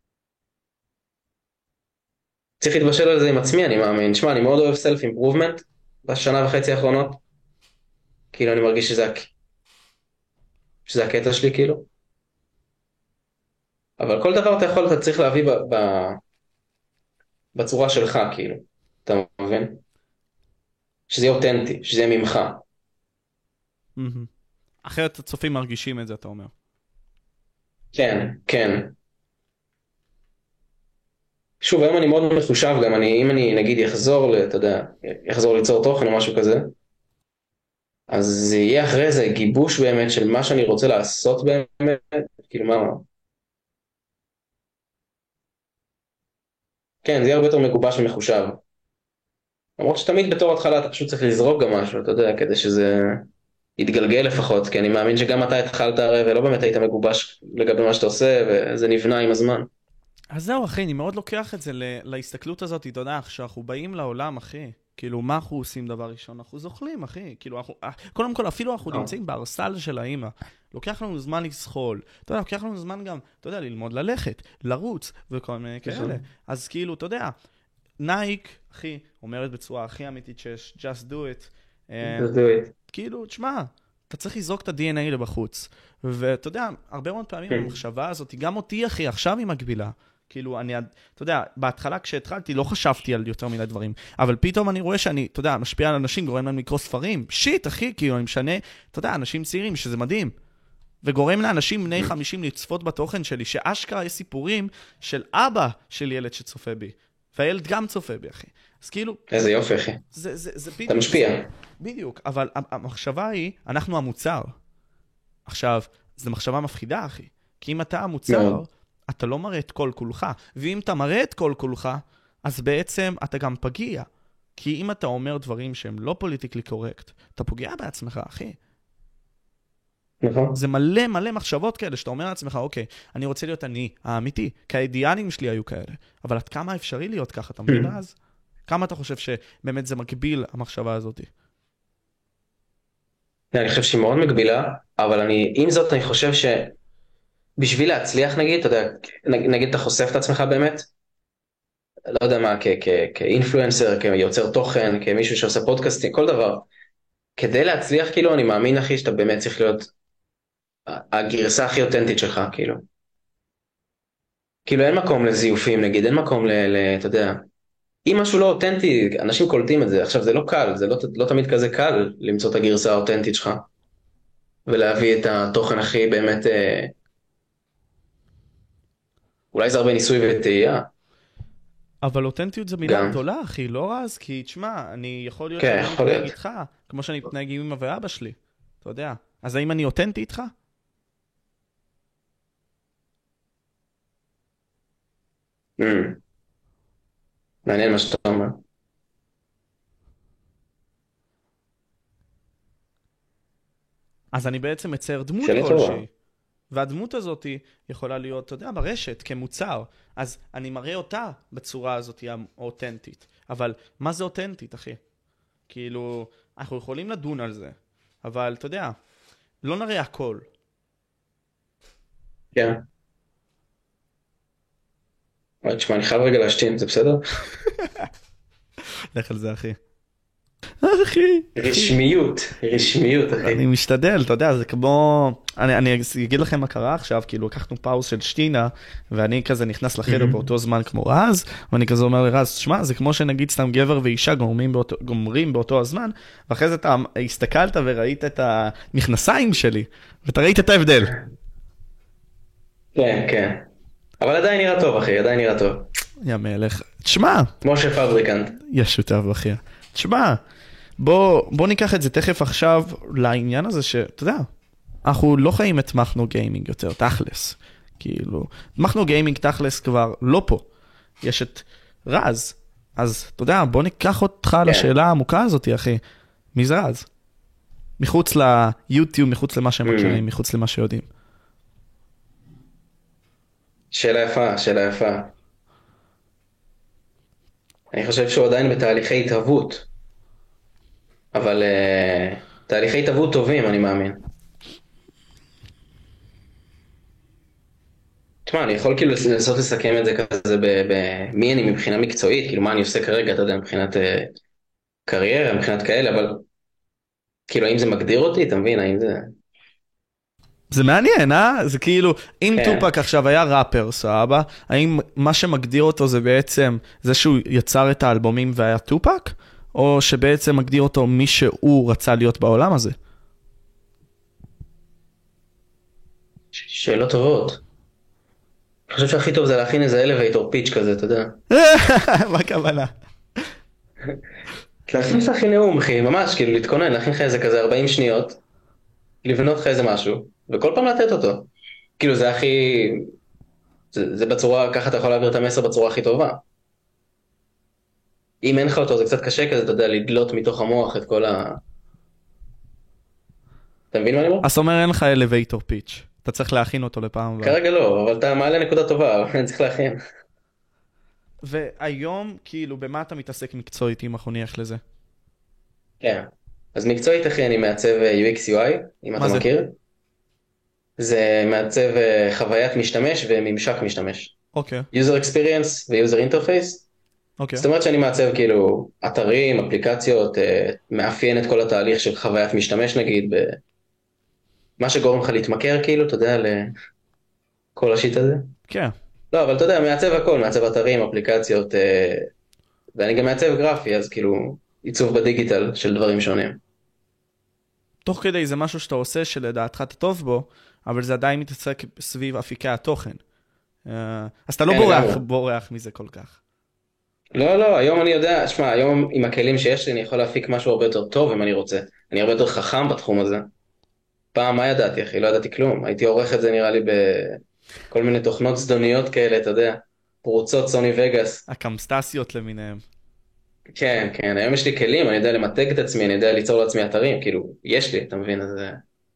צריך להתבשל על זה עם עצמי, אני מאמין. שמע, אני מאוד אוהב סלף אימפרובמנט בשנה וחצי האחרונות. כאילו, אני מרגיש שזה, הק... שזה הקטע שלי, כאילו. אבל כל דבר אתה יכול, אתה צריך להביא ב... ב... בצורה שלך, כאילו. אתה מבין? שזה יהיה אותנטי, שזה יהיה ממך. מהמם. אחרת הצופים מרגישים את זה, אתה אומר. כן, כן. שוב, היום אני מאוד מחושב גם, אני, אם אני נגיד יחזור, אתה יודע, יחזור ליצור תוכן או משהו כזה, אז זה יהיה אחרי זה גיבוש באמת של מה שאני רוצה לעשות באמת, כאילו מה, כן, זה יהיה הרבה יותר מגובש ומחושב. למרות שתמיד בתור התחלה אתה פשוט צריך לזרוק גם משהו, אתה יודע, כדי שזה יתגלגל לפחות, כי אני מאמין שגם אתה התחלת הרי ולא באמת היית מגובש לגבי מה שאתה עושה, וזה נבנה עם הזמן. אז זהו, אחי, אני מאוד לוקח את זה ל- להסתכלות הזאת, אתה יודע, כשאנחנו באים לעולם, אחי, כאילו, מה אנחנו עושים דבר ראשון? אנחנו זוכלים, אחי, כאילו, אנחנו, קודם כל, אפילו אנחנו נמצאים בארסל של האמא, לוקח לנו זמן לסחול, אתה יודע, לוקח לנו זמן גם, אתה יודע, ללמוד ללכת, לרוץ, וכל מיני כאלה. אז כאילו, אתה יודע, נייק, אחי, אומרת בצורה הכי אמיתית שיש, just do it. Just do it. כאילו, תשמע, אתה צריך לזרוק את ה-די אן איי לבחוץ. ואתה יודע, הרבה מאוד פעמים המחשבה הזאת, גם אותי, אחי, עכשיו היא מגבילה. כאילו, אני, אתה יודע, בהתחלה כשהתחלתי לא חשבתי על יותר מיני דברים, אבל פתאום אני רואה שאני, אתה יודע, משפיע על אנשים, גורם להם לקרוא ספרים. שיט, אחי, כאילו, אני משנה, אתה יודע, אנשים צעירים, שזה מדהים. וגורם לאנשים בני חמישים לצפות בתוכן שלי, שאשכרה יש סיפורים של אבא של ילד שצופה בי. והילד גם צופה בי, אחי. אז כאילו... איזה יופי, אחי. זה, זה, זה בדיוק... אתה משפיע. זה, בדיוק, אבל המחשבה היא, אנחנו המוצר. עכשיו, זו מחשבה מפחידה, אחי. כי אם אתה המוצר, no. אתה לא מראה את כל כולך. ואם אתה מראה את כל כולך, אז בעצם אתה גם פגיע. כי אם אתה אומר דברים שהם לא פוליטיקלי קורקט, אתה פוגע בעצמך, אחי. נכון. זה מלא מלא מחשבות כאלה, שאתה אומר לעצמך, אוקיי, אני רוצה להיות אני, האמיתי, כי האידיאלים שלי היו כאלה. אבל עד כמה אפשרי להיות ככה, אתה מבין אז? כמה אתה חושב שבאמת זה מגביל, המחשבה הזאת? אני חושב שהיא מאוד מגבילה, אבל אני, עם זאת אני חושב שבשביל להצליח נגיד, אתה יודע, נגיד אתה חושף את עצמך באמת, לא יודע מה, כאינפלואנסר, כיוצר תוכן, כמישהו שעושה פודקאסטים, כל דבר, כדי להצליח, כאילו, אני מאמין, אחי, שאתה באמת צריך להיות הגרסה הכי אותנטית שלך, כאילו. כאילו, אין מקום לזיופים, נגיד, אין מקום ל... ל אתה יודע, אם משהו לא אותנטי, אנשים קולטים את זה. עכשיו, זה לא קל, זה לא, לא תמיד כזה קל למצוא את הגרסה האותנטית שלך, ולהביא את התוכן הכי באמת, אה, אולי זה הרבה ניסוי וטעייה. אבל אותנטיות זו מילה גם. גדולה, אחי, לא רז, כי תשמע, אני יכול להיות כן, שאני לא יכול מתנהג להיות. איתך, כמו שאני מתנהג עם אמא ואבא שלי, אתה יודע. אז האם אני אותנטי איתך? Mm, מעניין מה שאתה אומר. אז אני בעצם מצייר דמות שאלה טובה. כלשהי. והדמות הזאת יכולה להיות, אתה יודע, ברשת, כמוצר. אז אני מראה אותה בצורה הזאת האותנטית. אבל מה זה אותנטית, אחי? כאילו, אנחנו יכולים לדון על זה, אבל אתה יודע, לא נראה הכל. כן. אבל תשמע, אני חייב רגע להשתין, זה בסדר? לך על זה, אחי. אחי, אחי. רשמיות, רשמיות, אחי. אני משתדל, אתה יודע, זה כמו... אני, אני אגיד לכם מה קרה עכשיו, כאילו, לקחנו פאוס של שתינה, ואני כזה נכנס לחדר באותו זמן כמו רז, ואני כזה אומר לרז, שמע, זה כמו שנגיד סתם גבר ואישה גומרים באותו, גומרים באותו הזמן, ואחרי זה אתה הסתכלת וראית את המכנסיים שלי, ואתה ראית את ההבדל. כן, כן. אבל עדיין נראה טוב, אחי, עדיין נראה טוב. יא מלך. תשמע, משה פבריקנט. יא שותף, אחי. תשמע, בוא, בוא ניקח את זה תכף עכשיו לעניין הזה שאתה יודע, אנחנו לא חיים את מחנו גיימינג יותר, תכלס. כאילו, מחנו גיימינג תכלס כבר לא פה. יש את רז. אז אתה יודע, בוא ניקח אותך כן. לשאלה העמוקה הזאת, אחי. מי זה רז? מחוץ ליוטיוב, מחוץ למה שהם מכירים, מחוץ למה שיודעים. שאלה יפה, שאלה יפה. אני חושב שהוא עדיין בתהליכי התהוות, אבל uh, תהליכי התהוות טובים, אני מאמין. תשמע, אני יכול כאילו לנסות לסכם את זה כזה במי אני מבחינה מקצועית, כאילו מה אני עושה כרגע, אתה יודע, מבחינת uh, קריירה, מבחינת כאלה, אבל כאילו האם זה מגדיר אותי, אתה מבין, האם זה... זה מעניין, אה? זה כאילו, אם כן. טופק עכשיו היה ראפר, סבבה, האם מה שמגדיר אותו זה בעצם זה שהוא יצר את האלבומים והיה טופק? או שבעצם מגדיר אותו מי שהוא רצה להיות בעולם הזה? שאלות טובות. אני חושב שהכי טוב זה להכין איזה אלווייטור פיץ' כזה, אתה יודע. מה הכוונה? להכין לך הכי נאום, אחי, ממש, כאילו להתכונן, להכין לך איזה כזה ארבעים שניות, לבנות לך איזה משהו, וכל פעם לתת אותו. כאילו זה הכי... זה, זה בצורה, ככה אתה יכול להעביר את המסר בצורה הכי טובה. אם אין לך אותו, זה קצת קשה כזה, אתה יודע, לדלות מתוך המוח את כל ה... אתה מבין מה אני אומר? אז אומר אין לך elevator pitch. אתה צריך להכין אותו לפעם הבאה. כרגע לא, אבל אתה מעלה נקודה טובה, אבל אני צריך להכין. והיום, כאילו, במה אתה מתעסק מקצועית אם אנחנו נלך לזה? כן. אז מקצועית, אחי, אני מעצב יו אקס יו איי, אם אתה זה? מכיר. זה מעצב אה, חוויית משתמש וממשק משתמש. אוקיי, user experience ו-user interface. אוקיי. זאת אומרת שאני מעצב כאילו אתרים, אפליקציות, אה, מאפיין את כל התהליך של חוויית משתמש נגיד, מה שגורם לך להתמכר כאילו, אתה יודע, לכל השיט הזה. כן. לא, אבל אתה יודע, מעצב הכל, מעצב אתרים, אפליקציות, אה, ואני גם מעצב גרפי, אז כאילו, עיצוב בדיגיטל של דברים שונים. תוך כדי זה משהו שאתה עושה שלדעתך אתה טוב בו, אבל זה עדיין מתעסק סביב אפיקי התוכן. אה, אז אתה לא כן, בורח, לגמרי. בורח מזה כל כך. לא, לא, היום אני יודע, שמע, היום עם הכלים שיש לי, אני יכול להפיק משהו הרבה יותר טוב אם אני רוצה. אני הרבה יותר חכם בתחום הזה. פעם, מה ידעתי, אחי? לא ידעתי כלום. הייתי עורך את זה, נראה לי, בכל מיני תוכנות זדוניות כאלה, אתה יודע, פרוצות סוני וגאס. הקמסטסיות למיניהם. כן, כן, היום יש לי כלים, אני יודע למתג את עצמי, אני יודע ליצור לעצמי אתרים, כאילו, יש לי, אתה מבין, אז... אה,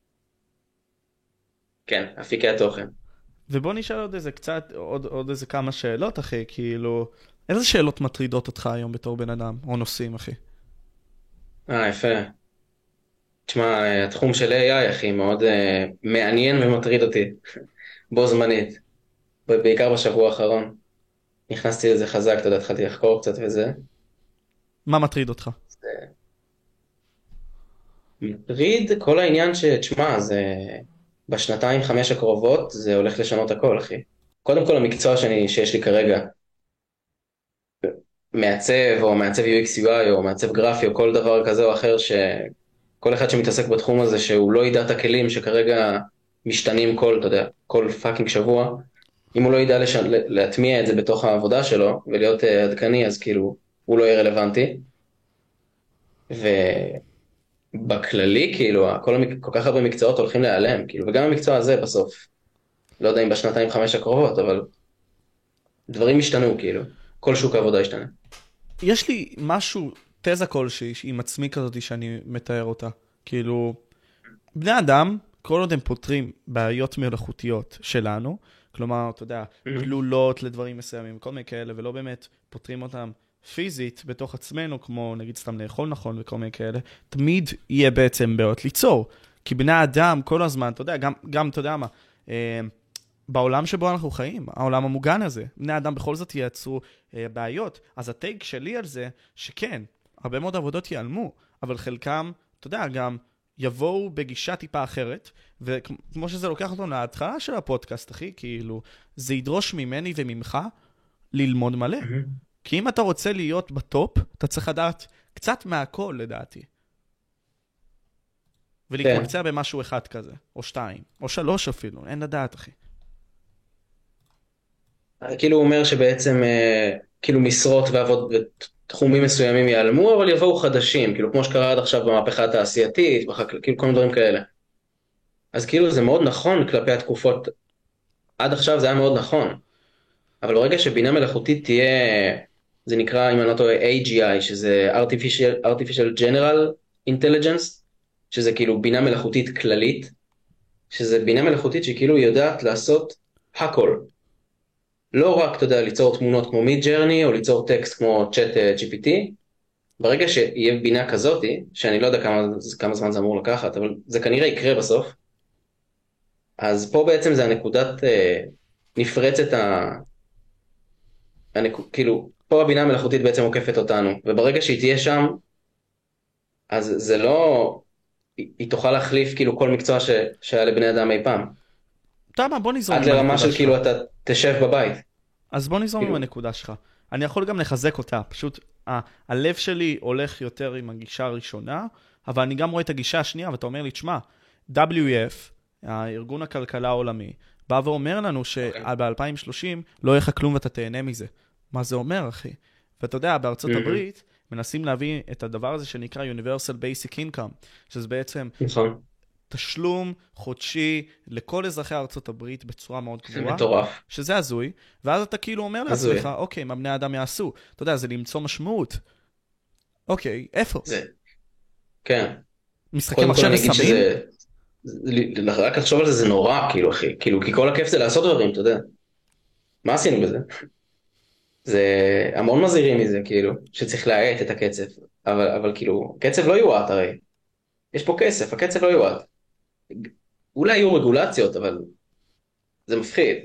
כן, אפיקי התוכן. ובוא נשאל עוד איזה קצת, עוד, עוד איזה כמה שאלות, אחי, כאילו, איזה שאלות מטרידות אותך היום בתור בן אדם, או נושאים, אחי? אה, יפה. תשמע, התחום של איי איי, אחי, מאוד uh, מעניין ומטריד אותי, בו זמנית. בעיקר בשבוע האחרון. נכנסתי לזה חזק, אתה יודע, התחלתי לחקור קצת וזה. מה מטריד אותך? מטריד כל העניין שתשמע, זה בשנתיים חמש הקרובות זה הולך לשנות הכל, אחי. קודם כל המקצוע שאני, שיש לי כרגע, מעצב או מעצב יו אקס יו איי או מעצב גרפי או כל דבר כזה או אחר, שכל אחד שמתעסק בתחום הזה שהוא לא ידע את הכלים שכרגע משתנים כל, אתה יודע, כל פאקינג שבוע, אם הוא לא ידע לש... להטמיע את זה בתוך העבודה שלו ולהיות uh, עדכני, אז כאילו הוא לא יהיה רלוונטי. ובכללי, כאילו, כל, המק... כל כך הרבה מקצועות הולכים להיעלם, כאילו, וגם המקצוע הזה בסוף, לא יודע אם בשנתיים חמש הקרובות, אבל דברים השתנו, כאילו, כל שוק העבודה השתנה. יש לי משהו, תזה כלשהי, עם עצמי כזאת שאני מתאר אותה. כאילו, בני אדם, כל עוד הם פותרים בעיות מלאכותיות שלנו, כלומר, אתה יודע, גלולות לדברים מסוימים, כל מיני כאלה, ולא באמת פותרים אותם פיזית בתוך עצמנו, כמו נגיד סתם לאכול נכון וכל מיני כאלה, תמיד יהיה בעצם בעיות ליצור. כי בני אדם כל הזמן, אתה יודע, גם, גם אתה יודע מה, אה, בעולם שבו אנחנו חיים, העולם המוגן הזה, בני אדם בכל זאת ייצרו אה, בעיות. אז הטייק שלי על זה, שכן, הרבה מאוד עבודות ייעלמו, אבל חלקם, אתה יודע, גם יבואו בגישה טיפה אחרת, וכמו שזה לוקח אותנו להתחלה של הפודקאסט, אחי, כאילו, זה ידרוש ממני וממך ללמוד מלא. כי אם אתה רוצה להיות בטופ, אתה צריך לדעת קצת מהכל, לדעתי. ולהתמקצע במשהו אחד כזה, או שתיים, או שלוש אפילו, אין לדעת, אחי. כאילו הוא אומר שבעצם, כאילו משרות ועבוד בתחומים מסוימים ייעלמו, אבל יבואו חדשים, כאילו כמו שקרה עד עכשיו במהפכה התעשייתית, בחקל... כאילו כל מיני דברים כאלה. אז כאילו זה מאוד נכון כלפי התקופות, עד עכשיו זה היה מאוד נכון. אבל ברגע שבינה מלאכותית תהיה, זה נקרא, אם אני לא טועה, איי ג'י איי, שזה Artificial, Artificial General Intelligence, שזה כאילו בינה מלאכותית כללית, שזה בינה מלאכותית שכאילו יודעת לעשות הכל. לא רק, אתה יודע, ליצור תמונות כמו מיד ג'רני, או ליצור טקסט כמו צ'אט ג'י פי טי, ברגע שיהיה בינה כזאת, שאני לא יודע כמה, כמה זמן זה אמור לקחת, אבל זה כנראה יקרה בסוף, אז פה בעצם זה הנקודת אה, נפרצת ה... הנק... כאילו, פה הבינה המלאכותית בעצם עוקפת אותנו, וברגע שהיא תהיה שם, אז זה לא... היא, היא תוכל להחליף כאילו כל מקצוע ש... שהיה לבני אדם אי פעם. טוב, בוא נזרום עד לרמה של כאילו אתה תשב בבית. אז בוא נזרום עם הנקודה שלך. אני יכול גם לחזק אותה, פשוט ה- הלב שלי הולך יותר עם הגישה הראשונה, אבל אני גם רואה את הגישה השנייה, ואתה אומר לי, תשמע, דאבליו אי אף, הארגון הכלכלה העולמי, בא ואומר לנו שב-אלפיים שלושים לא יהיה לך כלום ואתה תהנה מזה. מה זה אומר, אחי? ואתה יודע, בארצות הברית מנסים להביא את הדבר הזה שנקרא Universal Basic Income, שזה בעצם נכון. תשלום חודשי לכל אזרחי ארצות הברית בצורה מאוד קבועה. זה מטורף. שזה הזוי, ואז אתה כאילו אומר לעצמך, אוקיי, מה בני האדם יעשו? אתה יודע, זה למצוא משמעות. אוקיי, איפה? זה, כן. משחקים עכשיו וסמים? רק לחשוב על זה זה נורא, כאילו, אחי. כאילו, כי כל הכיף זה לעשות דברים, אתה יודע. מה עשינו בזה? זה המון מזהירים מזה, כאילו, שצריך להאט את הקצב. אבל, אבל כאילו, קצב לא יועט הרי. יש פה כסף, הקצב לא יועט. אולי יהיו רגולציות, אבל זה מפחיד.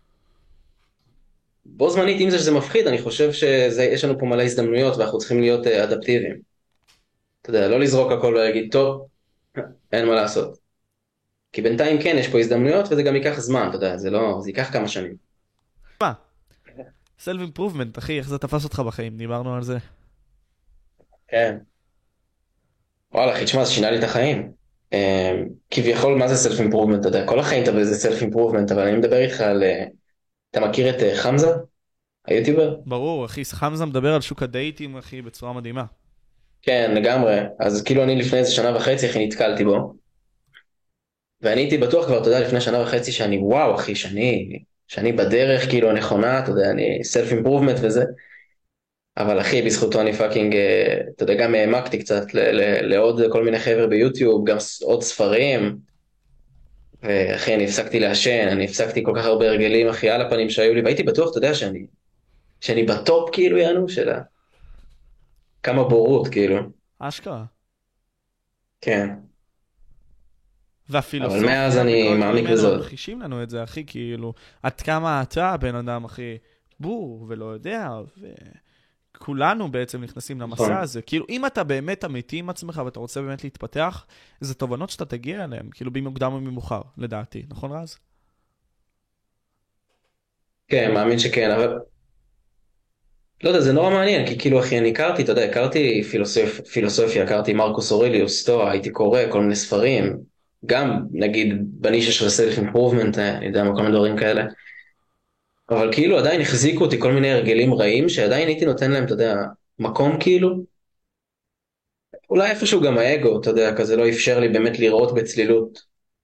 בו זמנית, אם זה שזה מפחיד, אני חושב שיש לנו פה מלא הזדמנויות, ואנחנו צריכים להיות אדפטיביים. אתה יודע, לא לזרוק הכל ולהגיד, טוב, אין מה לעשות. כי בינתיים כן, יש פה הזדמנויות, וזה גם ייקח זמן, אתה יודע, זה לא, זה ייקח כמה שנים. מה? סלף אימפרובמנט, אחי, איך זה תפס אותך בחיים? דיברנו על זה. כן. וואלה, אחי, תשמע, זה שינה לי את החיים. כביכול, מה זה סלף אימפרובמנט, אתה יודע, כל החיים אתה באיזה סלף אימפרובמנט, אבל אני מדבר איתך על... אתה מכיר את חמזה? היוטיובר? ברור, אחי, חמזה מדבר על שוק הדייטים, אחי, בצורה מדהימה. כן, לגמרי. אז כאילו אני לפני איזה שנה וחצי, אחי, נתקלתי בו. ואני הייתי בטוח כבר, אתה יודע, לפני שנה וחצי, שאני וואו, אחי, שאני, שאני בדרך, כאילו, הנכונה, אתה יודע, אני סלף אימפרובמנט וזה. אבל אחי, בזכותו אני פאקינג, אתה יודע, גם העמקתי קצת ל- ל- לעוד כל מיני חבר'ה ביוטיוב, גם עוד ספרים. ואחי, אני הפסקתי לעשן, אני הפסקתי כל כך הרבה הרגלים, אחי, על הפנים שהיו לי, והייתי בטוח, אתה יודע, שאני, שאני בטופ, כאילו, יענו, שלה. כמה בורות, כאילו. אשכרה. כן. והפילוסופיה, אבל מאז אני מעמיק בזאת. מחישים לנו את זה, אחי, כאילו, עד כמה אתה בן אדם, אחי, בור ולא יודע, כולנו בעצם נכנסים למסע הזה. כאילו, אם אתה באמת אמיתי עם עצמך, ואתה רוצה באמת להתפתח, זה תובנות שאתה תגיע אליהן, כאילו, במוקדם או במאוחר, לדעתי. נכון, רז? כן, מאמין שכן, אבל... לא יודע, זה נורא מעניין, כי כאילו, אחי, אני הכרתי, אתה יודע, הכרתי פילוסופ... פילוסופיה, הכרתי מרקוס אורליוס, סטואה, הייתי קורא כל מיני ספרים, גם, נגיד, בנישה של סלף אימפרובמנט, אני יודע מה, כל מיני דברים כאלה. אבל כאילו, עדיין החזיקו אותי כל מיני הרגלים רעים, שעדיין הייתי נותן להם, אתה יודע, מקום כאילו, אולי איפשהו גם האגו, אתה יודע, כזה לא אפשר לי באמת לראות בצלילות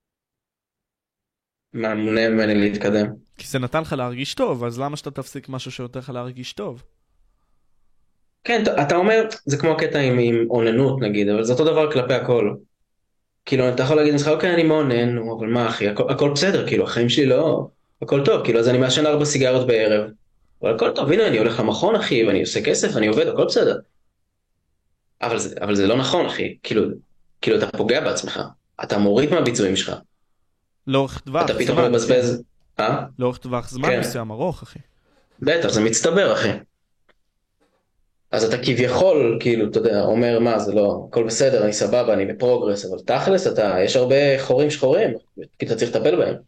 מה מונע ממני להתקדם. כי זה נתן לך להרגיש טוב, אז למה שאתה תפסיק משהו שנותן לך להרגיש טוב? כן, אתה אתה אומר, זה כמו הקטע עם, עם אוננות נגיד, אבל זה אותו דבר כלפי הכל. כאילו, אתה יכול להגיד לך, אוקיי, אני מאונן, אבל מה אחי, הכל, הכל בסדר, כאילו, החיים שלי לא, הכל טוב, כאילו, אז אני מעשן ארבע סיגריות בערב, אבל הכל טוב, הנה, אני הולך למכון, אחי, ואני עושה כסף, אני עובד, הכל בסדר. אבל זה, אבל זה לא נכון, אחי, כאילו, כאילו, אתה פוגע בעצמך, אתה מוריד מהביצועים שלך, לאורך טווח אתה פתאום זמן. מבזבז, אה? לאורך טווח זמן כן. מסוים ארוך, אחי. בטח, זה מצטבר, אחי. אז אתה כביכול, כאילו, אתה יודע, אומר מה, זה לא, הכל בסדר, אני סבבה, אני בפרוגרס, אבל תכלס, אתה, יש הרבה חורים שחורים, כי אתה צריך לטפל בהם.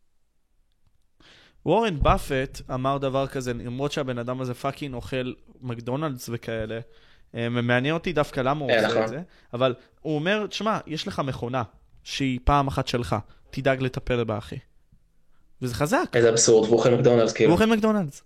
וורן באפט אמר דבר כזה, למרות שהבן אדם הזה פאקינג אוכל מקדונלדס וכאלה, מעניין אותי דווקא למה הוא עושה את זה, אבל הוא אומר, תשמע, יש לך מכונה שהיא פעם אחת שלך, תדאג לטפל בה, אחי. וזה חזק. איזה אבסורד, והוא אוכל מקדונלדס, כאילו. הוא אוכל מקדונלדס.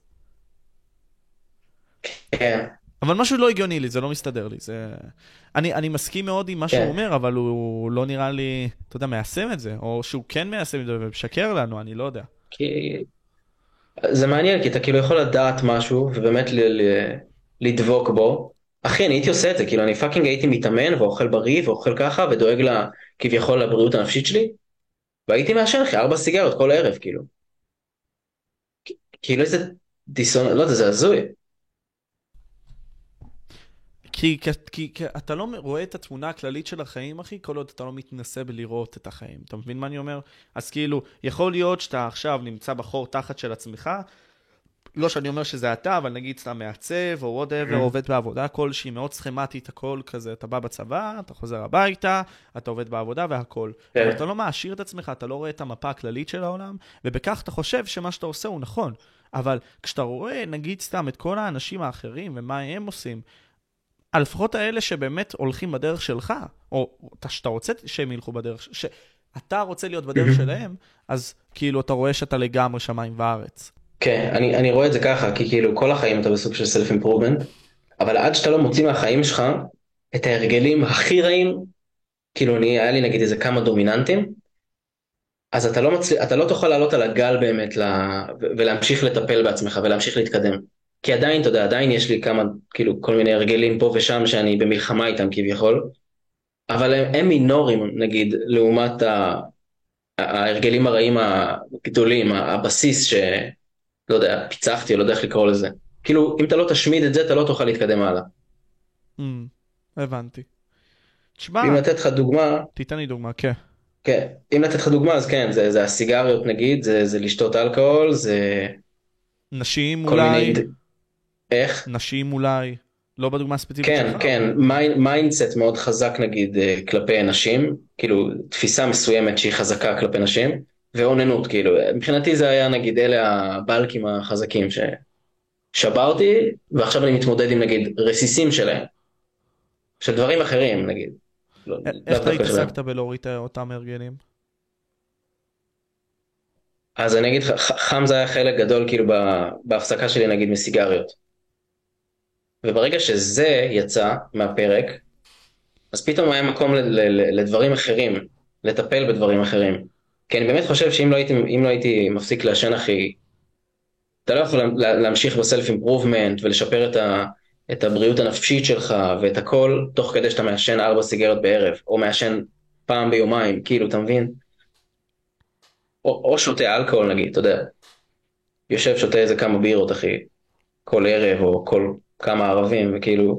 כן. אבל משהו לא הגיוני לי, זה לא מסתדר לי. זה... אני, אני מסכים מאוד עם מה שהוא אומר, אבל הוא לא נראה לי, אתה יודע, מיישם את זה, או שהוא כן מיישם את זה ומשקר לנו, אני לא יודע. כי... זה מעניין, כי אתה כאילו יכול לדעת משהו, ובאמת ל- ל- לדבוק בו. אחי, אני הייתי עושה את זה, כאילו, אני פאקינג הייתי מתאמן, ואוכל בריא, ואוכל ככה, ודואג לה, כביכול לבריאות הנפשית שלי, והייתי מעשן, אחי, ארבע סיגרות כל ערב, כאילו. כאילו איזה דיסון, לא יודע, זה הזוי. כי, כי, כי, כי אתה לא רואה את התמונה הכללית של החיים, אחי, כל עוד אתה לא מתנסה בלראות את החיים. אתה מבין מה אני אומר? אז כאילו, יכול להיות שאתה עכשיו נמצא בחור תחת של עצמך, לא שאני אומר שזה אתה, אבל נגיד סתם מעצב, או whatever, עובד בעבודה כלשהי, מאוד סכמטית, הכל כזה, אתה בא בצבא, אתה חוזר הביתה, אתה עובד בעבודה והכל. אבל אתה לא מעשיר את עצמך, אתה לא רואה את המפה הכללית של העולם, ובכך אתה חושב שמה שאתה עושה הוא נכון. אבל כשאתה רואה, נגיד סתם, את כל האנשים האחרים, ומה הם עושים, לפחות האלה שבאמת הולכים בדרך שלך, או שאתה רוצה שהם ילכו בדרך, שאתה רוצה להיות בדרך שלהם, אז כאילו אתה רואה שאתה לגמרי שמיים וארץ. כן, אני, אני רואה את זה ככה, כי כאילו כל החיים אתה בסוג של סלף אימפרובמנט, אבל עד שאתה לא מוציא מהחיים שלך את ההרגלים הכי רעים, כאילו אני, היה לי נגיד איזה כמה דומיננטים, אז אתה לא, מצל... אתה לא תוכל לעלות על הגל באמת לה... ולהמשיך לטפל בעצמך ולהמשיך להתקדם. כי עדיין, אתה יודע, עדיין יש לי כמה, כאילו, כל מיני הרגלים פה ושם שאני במלחמה איתם כביכול, אבל הם, הם מינורים, נגיד, לעומת ה... ההרגלים הרעים הגדולים, הבסיס ש... לא יודע, פיצחתי, או לא יודע איך לקרוא לזה. כאילו, אם אתה לא תשמיד את זה, אתה לא תוכל להתקדם הלאה. Mm, הבנתי. תשמע, אם לתת לך דוגמה... תיתן לי דוגמה, כן. כן, אם לתת לך דוגמה, אז כן, זה, זה הסיגריות נגיד, זה, זה לשתות אלכוהול, זה... נשים אולי... מיני... איך? נשים אולי, לא בדוגמה הספציפית כן, שלך. כן, כן, מיינדסט מאוד חזק נגיד כלפי נשים, כאילו תפיסה מסוימת שהיא חזקה כלפי נשים, ואוננות, כאילו, מבחינתי זה היה נגיד אלה הבלקים החזקים ששברתי, ועכשיו אני מתמודד עם נגיד רסיסים שלהם, של דברים אחרים נגיד. לא, איך אתה התעסקת בלהוריד אותם הרגלים? אז אני אגיד, חם זה היה חלק גדול כאילו בהפסקה שלי נגיד מסיגריות. וברגע שזה יצא מהפרק, אז פתאום היה מקום לדברים אחרים, לטפל בדברים אחרים. כי אני באמת חושב שאם לא הייתי, אם לא הייתי מפסיק לעשן אחי, אתה לא יכול להמשיך בסלף אימפרובמנט ולשפר את, ה, את הבריאות הנפשית שלך ואת הכל, תוך כדי שאתה מעשן ארבע סיגריות בערב, או מעשן פעם ביומיים, כאילו, אתה מבין? או, או שותה אלכוהול נגיד, אתה יודע. יושב שותה איזה כמה בירות אחי, כל ערב או כל כמה ערבים, וכאילו...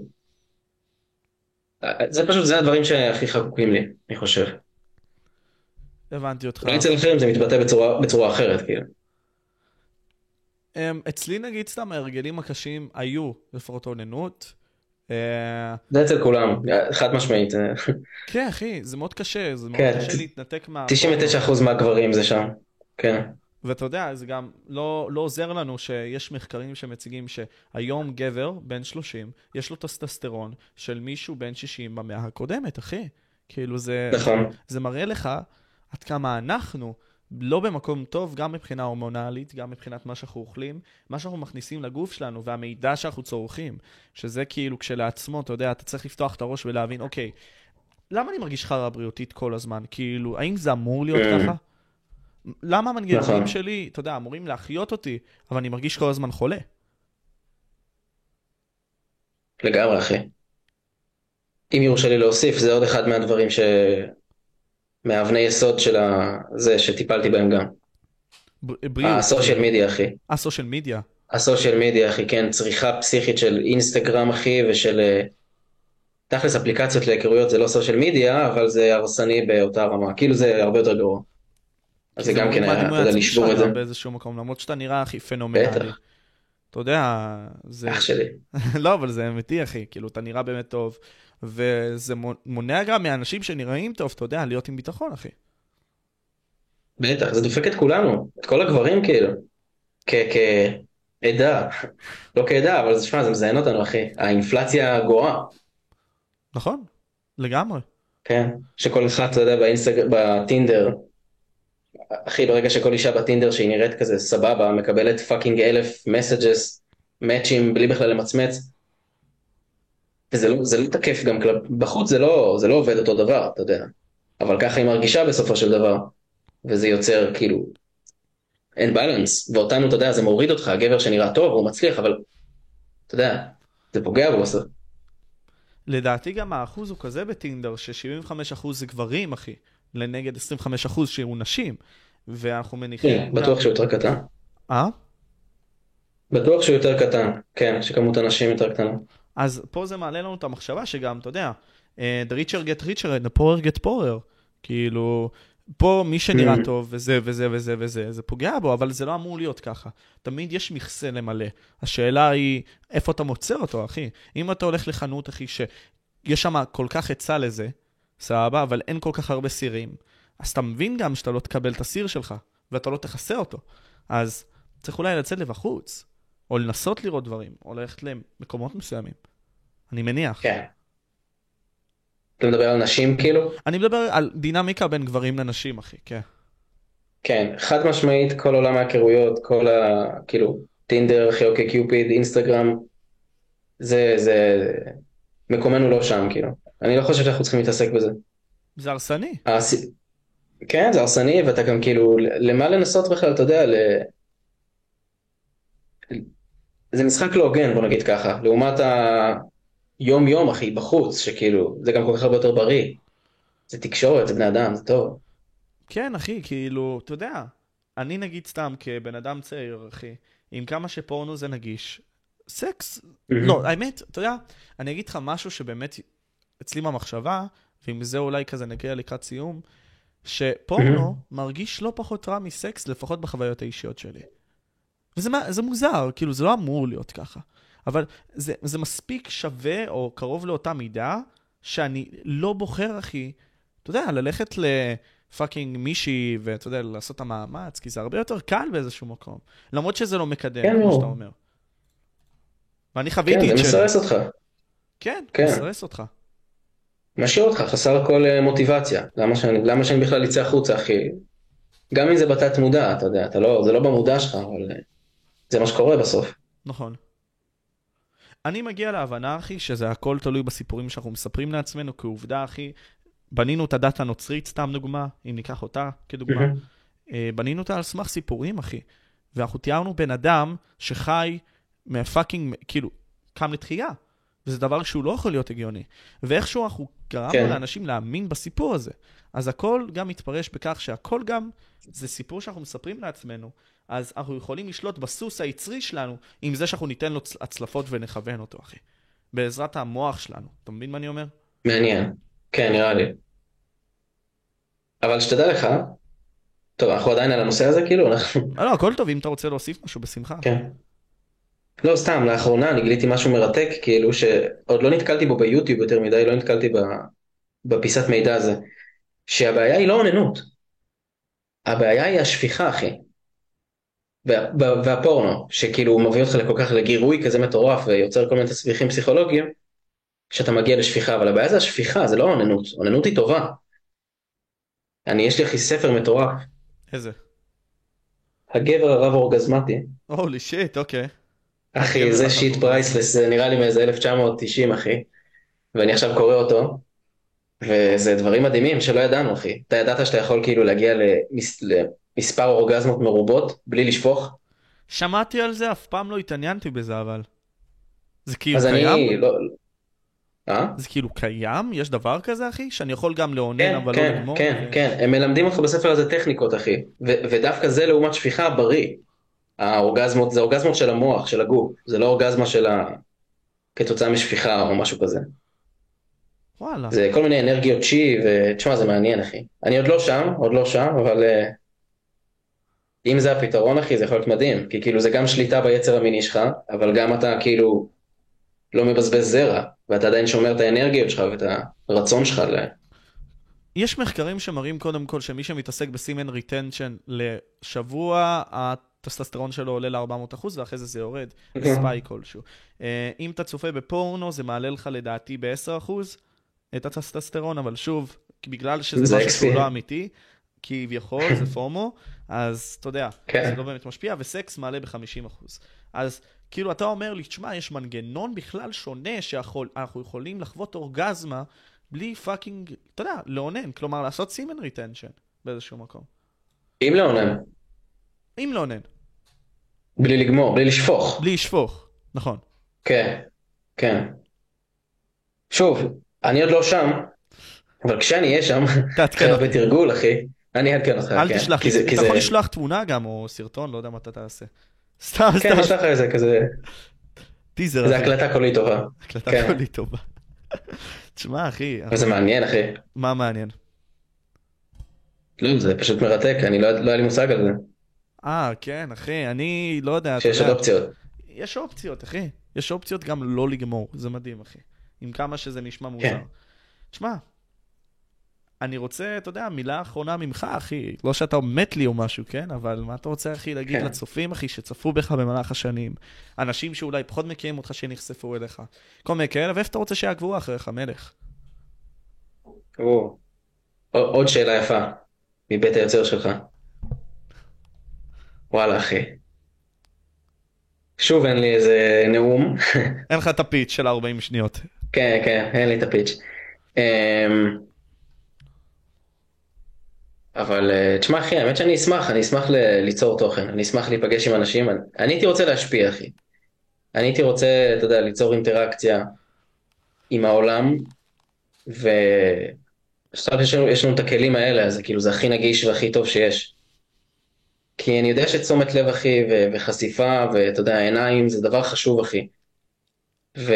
זה פשוט, זה הדברים שהכי חקוקים לי, אני חושב. הבנתי אותך. אצל אחרים זה מתבטא בצורה, בצורה אחרת, כאילו. אצלי נגיד סתם, ההרגלים הקשים היו לפחות אוננות. זה אצל כולם, חד משמעית. כן, אחי, זה מאוד קשה, זה מאוד קשה להתנתק מה... תשעים ותשעה אחוז מהגברים זה שם, כן. ואתה יודע, זה גם לא, לא עוזר לנו שיש מחקרים שמציגים שהיום גבר בן שלושים, יש לו טסטסטרון של מישהו בן שישים במאה הקודמת, אחי. כאילו זה, נכון. זה מראה לך עד כמה אנחנו לא במקום טוב, גם מבחינה הורמונלית, גם מבחינת מה שאנחנו אוכלים, מה שאנחנו מכניסים לגוף שלנו והמידע שאנחנו צורכים, שזה כאילו כשלעצמו, אתה יודע, אתה צריך לפתוח את הראש ולהבין, אוקיי, למה אני מרגיש חרא בריאותית כל הזמן? כאילו, האם זה אמור להיות ככה? למה המנגנונים שלי, אתה יודע, אמורים להחיות אותי, אבל אני מרגיש כל הזמן חולה? לגמרי, אחי. אם יורשה לי להוסיף, זה עוד אחד מהדברים ש... מאבני יסוד של זה שטיפלתי בהם גם. בריאות. הסושיאל מדיה, אחי. הסושיאל מדיה. הסושיאל מדיה, אחי, כן, צריכה פסיכית של אינסטגרם, אחי, ושל... תכלס אפליקציות להיכרויות זה לא סושיאל מדיה, אבל זה הרסני באותה רמה. כאילו זה הרבה יותר גרוע. אז זה גם כן היה, אתה יודע, לשבור את זה. באיזשהו מקום, למרות שאתה נראה הכי פנומנלי. אתה יודע, זה... אח שלי. לא, אבל זה אמיתי, אחי. כאילו, אתה נראה באמת טוב. וזה מונע גם מאנשים שנראים טוב, אתה יודע, להיות עם ביטחון, אחי. בטח, זה דופק את כולנו. את כל הגברים, כאילו. כעדה. לא כעדה, אבל זה שמה, זה מזיין אותנו, אחי. האינפלציה גואה. נכון, לגמרי. כן, שכל אחד, אתה יודע, באינסטגרם, בטינדר, אחי, ברגע שכל אישה בטינדר שהיא נראית כזה סבבה, מקבלת פאקינג אלף מסג'ס, מאצ'ים, בלי בכלל למצמץ, וזה לא, זה לא תקף גם, בחוץ זה לא, זה לא עובד אותו דבר, אתה יודע, אבל ככה היא מרגישה בסופו של דבר, וזה יוצר כאילו, אין בלנס, ואותנו, אתה יודע, זה מוריד אותך, הגבר שנראה טוב, הוא מצליח, אבל, אתה יודע, זה פוגע בו בסוף. לדעתי גם האחוז הוא כזה בטינדר, ש-שבעים וחמישה אחוז זה גברים, אחי, לנגד עשרים וחמישה אחוז שהוא נשים, ואנחנו מניחים... כן, בטוח שהוא יותר קטן. אה? בטוח שהוא יותר קטן, כן, שכמות הנשים יותר קטנה. אז פה זה מעלה לנו את המחשבה שגם, אתה יודע, the richer get richer and the poorer get poorer, כאילו, פה מי שנראה טוב, וזה וזה וזה וזה, זה פוגע בו, אבל זה לא אמור להיות ככה. תמיד יש מכסה למלא. השאלה היא, איפה אתה מוצא אותו, אחי? אם אתה הולך לחנות, אחי, שיש שם כל כך היצע לזה, סבבה, אבל אין כל כך הרבה סירים, אז אתה מבין גם שאתה לא תקבל את הסיר שלך, ואתה לא תחסה אותו. אז צריך אולי לצאת לבחוץ, או לנסות לראות דברים, או ללכת למקומות מסוימים. אני מניח. כן. אתה מדבר על נשים כאילו? אני מדבר על דינמיקה בין גברים לנשים, אחי, כן. כן, חד משמעית, כל עולם ההכרויות, כל ה... כאילו, טינדר, אחי, אוקיי, קיופיד, אינסטגרם, זה, זה... מקומנו לא שם, כאילו. אני לא חושב שאנחנו צריכים להתעסק בזה. זה הרסני. הס... כן, זה הרסני, ואתה גם כאילו, למה לנסות בכלל, אתה יודע, ל... זה משחק לא הוגן, בוא נגיד ככה, לעומת היום יום, אחי, בחוץ, שכאילו, זה גם כל כך הרבה יותר בריא. זה תקשורת, זה בני אדם, זה טוב. כן, אחי, כאילו, אתה יודע, אני נגיד סתם כבן אדם צעיר, אחי, עם כמה שפורנו זה נגיש, סקס, לא, האמת, אתה יודע, אני אגיד לך משהו שבאמת אצלי במחשבה, ועם זה אולי כזה נגיע לקראת סיום, שפורנו מרגיש לא פחות רע מסקס, לפחות בחוויות האישיות שלי. וזה זה מוזר, כאילו זה לא אמור להיות ככה. אבל זה, זה מספיק שווה או קרוב לאותה מידה, שאני לא בוחר, אחי, אתה יודע, ללכת לפאקינג מישהי, ואתה יודע, לעשות את המאמץ, כי זה הרבה יותר קל באיזשהו מקום. למרות שזה לא מקדם, כן, כמו שאתה אומר. ואני חוויתי כן, זה מסרס אותך. כן, כן, מסרס אותך. משאיר אותך, חסר כל מוטיבציה. למה שאני, למה שאני בכלל יצא החוצה, אחי? גם אם זה בתת מודע, אתה יודע, אתה לא, זה לא במודע שלך, אבל זה מה שקורה בסוף. נכון. אני מגיע להבנה, אחי, שזה הכל תלוי בסיפורים שאנחנו מספרים לעצמנו, כעובדה, אחי, בנינו את הדת הנוצרית, סתם דוגמה, אם ניקח אותה כדוגמה, בנינו אותה על סמך סיפורים, אחי, ואנחנו תיארנו בן אדם שחי מהפאקינג, כאילו, קם לתחייה, וזה דבר שהוא לא יכול להיות הגיוני, ואיכשהו אנחנו גרמנו כן. לאנשים להאמין בסיפור הזה, אז הכל גם מתפרש בכך שהכל גם, זה סיפור שאנחנו מספרים לעצמנו, אז אנחנו יכולים לשלוט בסוס היצרי שלנו, עם זה שאנחנו ניתן לו הצלפות ונכוון אותו, אחי. בעזרת המוח שלנו. אתה מבין מה אני אומר? מעניין. כן, נראה לי. אבל שתדע לך, טוב, אנחנו עדיין על הנושא הזה, כאילו, אנחנו... לא, לא, הכל טוב, אם אתה רוצה להוסיף משהו בשמחה. כן. לא, סתם, לאחרונה אני גיליתי משהו מרתק, כאילו שעוד לא נתקלתי בו ביוטיוב יותר מדי, לא נתקלתי בפיסת מידע הזה, שהבעיה היא לא אוננות, הבעיה היא השפיכה, אחי. וה, וה, והפורנו, שכאילו מביא אותך לכל כך לגירוי כזה מטורף, ויוצר כל מיני תסביכים פסיכולוגיים, שאתה מגיע לשפיכה, אבל הבעיה זה השפיכה, זה לא אוננות, אוננות היא טובה. אני, יש לי אחי ספר מטורף, איזה? הגבר הרב אורגזמטי. הולי שיט, אוקיי. אחי, זה שיט פרייסלס, זה נראה לי מאיזה אלף תשע מאות תשעים, אחי. ואני עכשיו קורא אותו, וזה דברים מדהימים שלא ידענו, אחי. אתה ידעת שאתה יכול כאילו להגיע למס... למספר אורגזמות מרובות, בלי לשפוך? שמעתי על זה, אף פעם לא התעניינתי בזה, אבל... זה כאילו אז קיים? אני לא... אה? זה כאילו קיים? יש דבר כזה, אחי? שאני יכול גם לעונן, כן, אבל כן, לא לגמור? כן, ו... כן. הם מלמדים אותך בספר הזה טכניקות, אחי. ו- ודווקא זה לעומת שפיכה בריא. האורגזמות, זה אורגזמות של המוח, של הגוף. זה לא אורגזמה של ה... כתוצאה משפיכה או משהו כזה. וואלה. זה כל מיני אנרגיות צ'י, ותשמע, זה מעניין, אחי. אני עוד לא שם, עוד לא שם, אבל uh, אם זה הפתרון, אחי, זה יכול להיות מדהים. כי כאילו זה גם שליטה ביצר המיני שלך, אבל גם אתה כאילו לא מבזבז זרע, ואתה עדיין שומר את האנרגיות שלך ואת הרצון שלך ל... יש מחקרים שמראים קודם כל שמי שמתעסק בסימן ריטנשן לשבוע, הטסטסטרון שלו עולה ל-ארבע מאות אחוז, ואחרי זה זה יורד, ספייק כלשהו. אם אתה צופה בפורנו, זה מעלה לך לדעתי ב-עשרה אחוז את הטסטסטרון, אבל שוב, בגלל שזה משהו שהוא לא אמיתי, כביכול זה פומו, אז אתה יודע, זה לא באמת משפיע, וסקס מעלה ב-חמישים אחוז. אז כאילו אתה אומר לי, תשמע, יש מנגנון בכלל שונה שאנחנו יכולים לחוות אורגזמה, בלי פאקינג, אתה יודע, לעונן, כלומר לעשות סימן ריטנשן באיזשהו מקום. אם לעונן. אם לעונן. בלי לגמור, בלי לשפוך. בלי לשפוך, נכון. כן, כן. שוב, אני עוד לא שם, אבל כשאני אהיה שם, אחרי הרבה תרגול, אחי, אני אעדכן אותך. אל תשלח לי, אתה יכול לשלוח תמונה גם, או סרטון, לא יודע מה אתה תעשה. סתם, סתם. כן, נשלח איזה כזה... טיזר. זה הקלטה קולי טובה. הקלטה קולי טובה. תשמע, אחי. וזה מעניין, אחי. מה מעניין? לא, זה פשוט מרתק, אני לא היה לי מושג על זה. אה, כן, אחי, אני לא יודע. שיש עוד אופציות. יש אופציות, אחי. יש אופציות גם לא לגמור, זה מדהים, אחי. עם כמה שזה נשמע מוזר. תשמע, אני רוצה, אתה יודע, מילה האחרונה ממך, אחי. לא שאתה מת לי או משהו, כן? אבל מה אתה רוצה, אחי, להגיד כן. לצופים, אחי, שצפו בך במהלך השנים? אנשים שאולי פחות מכירים אותך שנחשפו אליך. כל מיני כאלה, ואיפה אתה רוצה שיעקבו אחריך, מלך? או, עוד שאלה יפה, מבית היוצר שלך. וואלה, אחי. שוב אין לי איזה נאום. אין לך את הפיץ' של ארבעים שניות. כן, כן, אין לי את הפיץ'. אבל תשמע אחי, האמת שאני אשמח, אני אשמח ליצור תוכן, אני אשמח להיפגש עם אנשים, אני הייתי רוצה להשפיע אחי. אני הייתי רוצה, אתה יודע, ליצור אינטראקציה עם העולם, ושאתה יש לנו את הכלים האלה, אז כאילו זה הכי נגיש והכי טוב שיש. כי אני יודע שתשומת לב אחי, וחשיפה, ואתה יודע, העיניים זה דבר חשוב אחי. ו...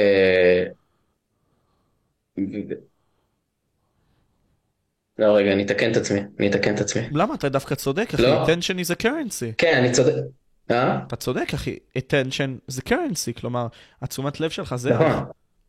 לא, רגע, אני אתקן את עצמי, אני אתקן את עצמי. למה? אתה דווקא צודק, אחי. לא. attention is a currency. כן, אני צודק. אה? אתה צודק, אחי. attention is a currency, כלומר, התשומת לב שלך זה... נכון.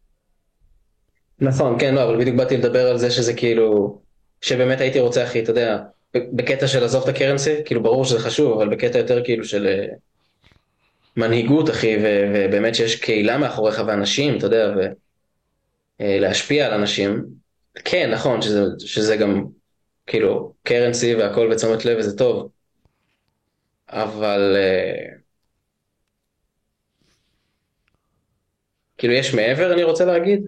נכון, כן, לא, אבל בדיוק באתי לדבר על זה שזה כאילו... שבאמת הייתי רוצה, אחי, אתה יודע, בקטע של לעזוב את הקרנסי, כאילו ברור שזה חשוב, אבל בקטע יותר כאילו של מנהיגות, אחי, ובאמת שיש קהילה מאחוריך ואנשים, אתה יודע, ולהשפיע על אנשים. כן, נכון, שזה, שזה גם, כאילו, קרנסי והכל ותשומת לב וזה טוב. אבל, כאילו, יש מעבר, אני רוצה להגיד.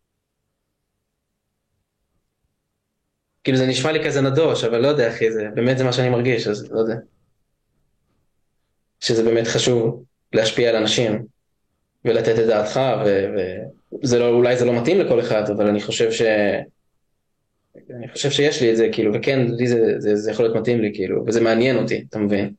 כאילו, זה נשמע לי כזה נדוש, אבל לא יודע, אחי, זה, באמת זה מה שאני מרגיש, אז לא יודע. שזה באמת חשוב להשפיע על אנשים, ולתת את דעתך, וזה לא, אולי זה לא מתאים לכל אחד, אבל אני חושב ש... אני חושב שיש לי את זה, כאילו, וכן, לי זה, זה, זה יכול להיות מתאים לי, כאילו, וזה מעניין אותי, אתה מבין?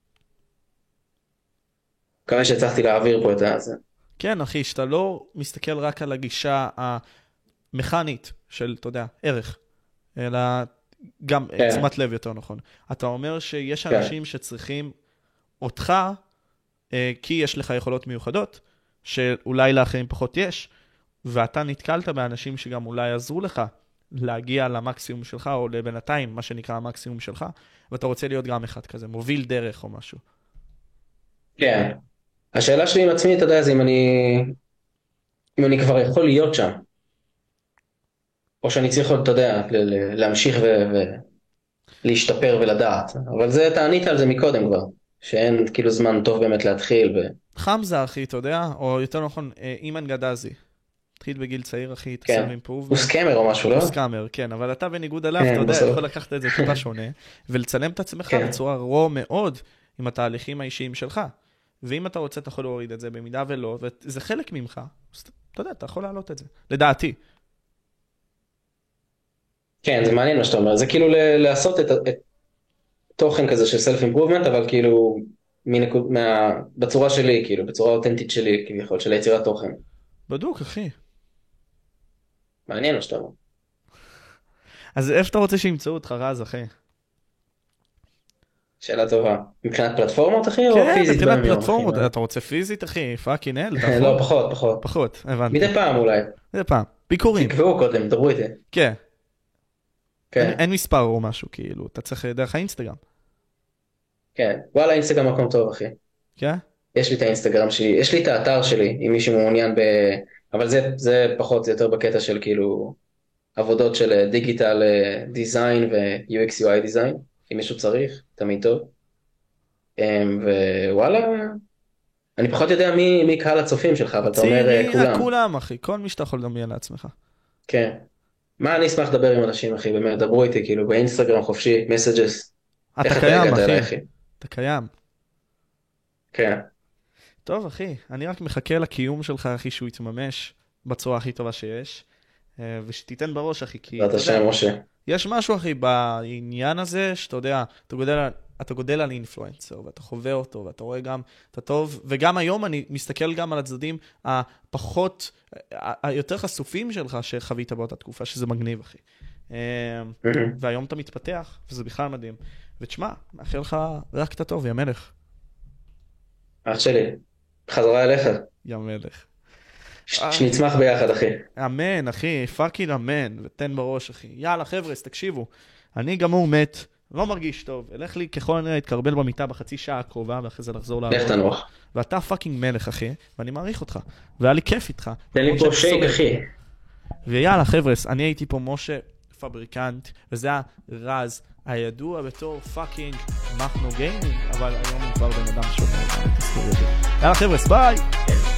כמה שהצלחתי להעביר פה את זה. כן, אחי, שאתה לא מסתכל רק על הגישה המכנית של, אתה יודע, ערך, אלא גם תשומת לב יותר נכון. אתה אומר שיש אנשים שצריכים אותך, כי יש לך יכולות מיוחדות, שאולי לאחרים פחות יש, ואתה נתקלת באנשים שגם אולי יעזרו לך להגיע למקסימום שלך, או לבינתיים, מה שנקרא המקסימום שלך, ואתה רוצה להיות גם אחד כזה, מוביל דרך או משהו. כן. השאלה שלי עם עצמי, אתה יודע, זה אם אני, אם אני כבר יכול להיות שם, או שאני צריך, אתה יודע, להמשיך ולהשתפר ולדעת. אבל זה, אתה ענית על זה מקודם כבר, שאין כאילו זמן טוב באמת להתחיל. ו... חמזה, אחי, אתה יודע, או יותר נכון, אימן גדזי. התחיל בגיל צעיר, אחי, כן. הוא סקאמר או משהו, לא? הוא סקאמר, כן, אבל אתה בניגוד עליו, אתה יודע, יכול לקחת את זה טיפה שונה, ולצלם את עצמך בצורה רוע מאוד עם התהליכים האישיים שלך. ואם אתה רוצה, אתה יכול להוריד את זה, במידה ולא, וזה חלק ממך, אתה יודע, אתה יכול להעלות את זה, לדעתי. כן, זה מעניין מה שאתה אומר, זה כאילו לעשות את תוכן כזה של self-improvement, אבל כאילו בצורה שלי, כאילו, בצורה אותנטית שלי, כביכול, של היצירת תוכן. בדוק, אחי. מעניין מה שאתה אומר. אז איפה אתה רוצה שימצאו אותך רז, אחי? שאלה טובה. מבחינת פלטפורמות, אחי, או כן, פיזית? כן, מבחינת פלטפורמות. אתה רוצה פיזית, אחי? פאקינג אל. לא, פחות, פחות. פחות, הבנתי. מדי פעם אולי. מדי פעם. ביקורים. תקבעו קודם, דברו איתי. כן. כן. אין מספר או משהו, כאילו. אתה צריך דרך האינסטגרם. כן. וואלה, אינסטגרם מקום טוב, אחי. כן? יש לי את האינסטגרם שלי, יש לי את האתר שלי, אם מישהו מעוניין ב... אבל זה, זה פחות, זה יותר בקטע של כאילו עבודות של דיגיטל דיזיין ו-יו אקס יו איי דיזיין, אם מישהו צריך, תמיד טוב. ווואלה, אני פחות יודע מי, מי קהל הצופים שלך, אבל אתה אומר כולם. כולם, אחי, כל מי שאתה יכול לדמיין לעצמך. כן. מה אני אשמח לדבר עם אנשים, אחי, באמת, דברו איתי, כאילו, באינסטגרם חופשי, מסג'ס. אתה קיים, אחי. אתה קיים. כן. טוב, אחי, אני רק מחכה לקיום שלך, אחי, שהוא יתממש בצורה הכי טובה שיש, ושתיתן בראש, אחי, כי... זאת השם, משה. יש משהו, אחי, בעניין הזה, שאתה יודע, אתה גודל, אתה גודל על אינפלואנסר, ואתה חווה אותו, ואתה רואה גם את הטוב, וגם היום אני מסתכל גם על הצדדים הפחות, היותר חשופים שלך, שחווית באותה תקופה, שזה מגניב, אחי. והיום אתה מתפתח, וזה בכלל מדהים. ותשמע, מאחל לך רק את הטוב, יא מלך. אח שלי, חזרה אליך. יא מלך. שנצמח ביחד, אחי. אמן, אחי, פאקינג אמן, ותן בראש, אחי. יאללה, חבר'ה, תקשיבו. אני גמור מת, לא מרגיש טוב. אלך לי ככל הנראה להתקרבל במיטה בחצי שעה הקרובה, ואחרי זה לחזור לעבוד. לך תנוח. ואתה פאקינג מלך, אחי, ואני מעריך אותך. והיה לי כיף איתך. תן לי פה שייק, אחי. ויאללה, חבר'ה, אני הייתי פה משה פבריקנט, וזה היה רז, הידוע בתור פאקינג מחנו גיימינג, אבל היום הוא כבר בן אדם שונה. יאללה, חבר'ה, ביי!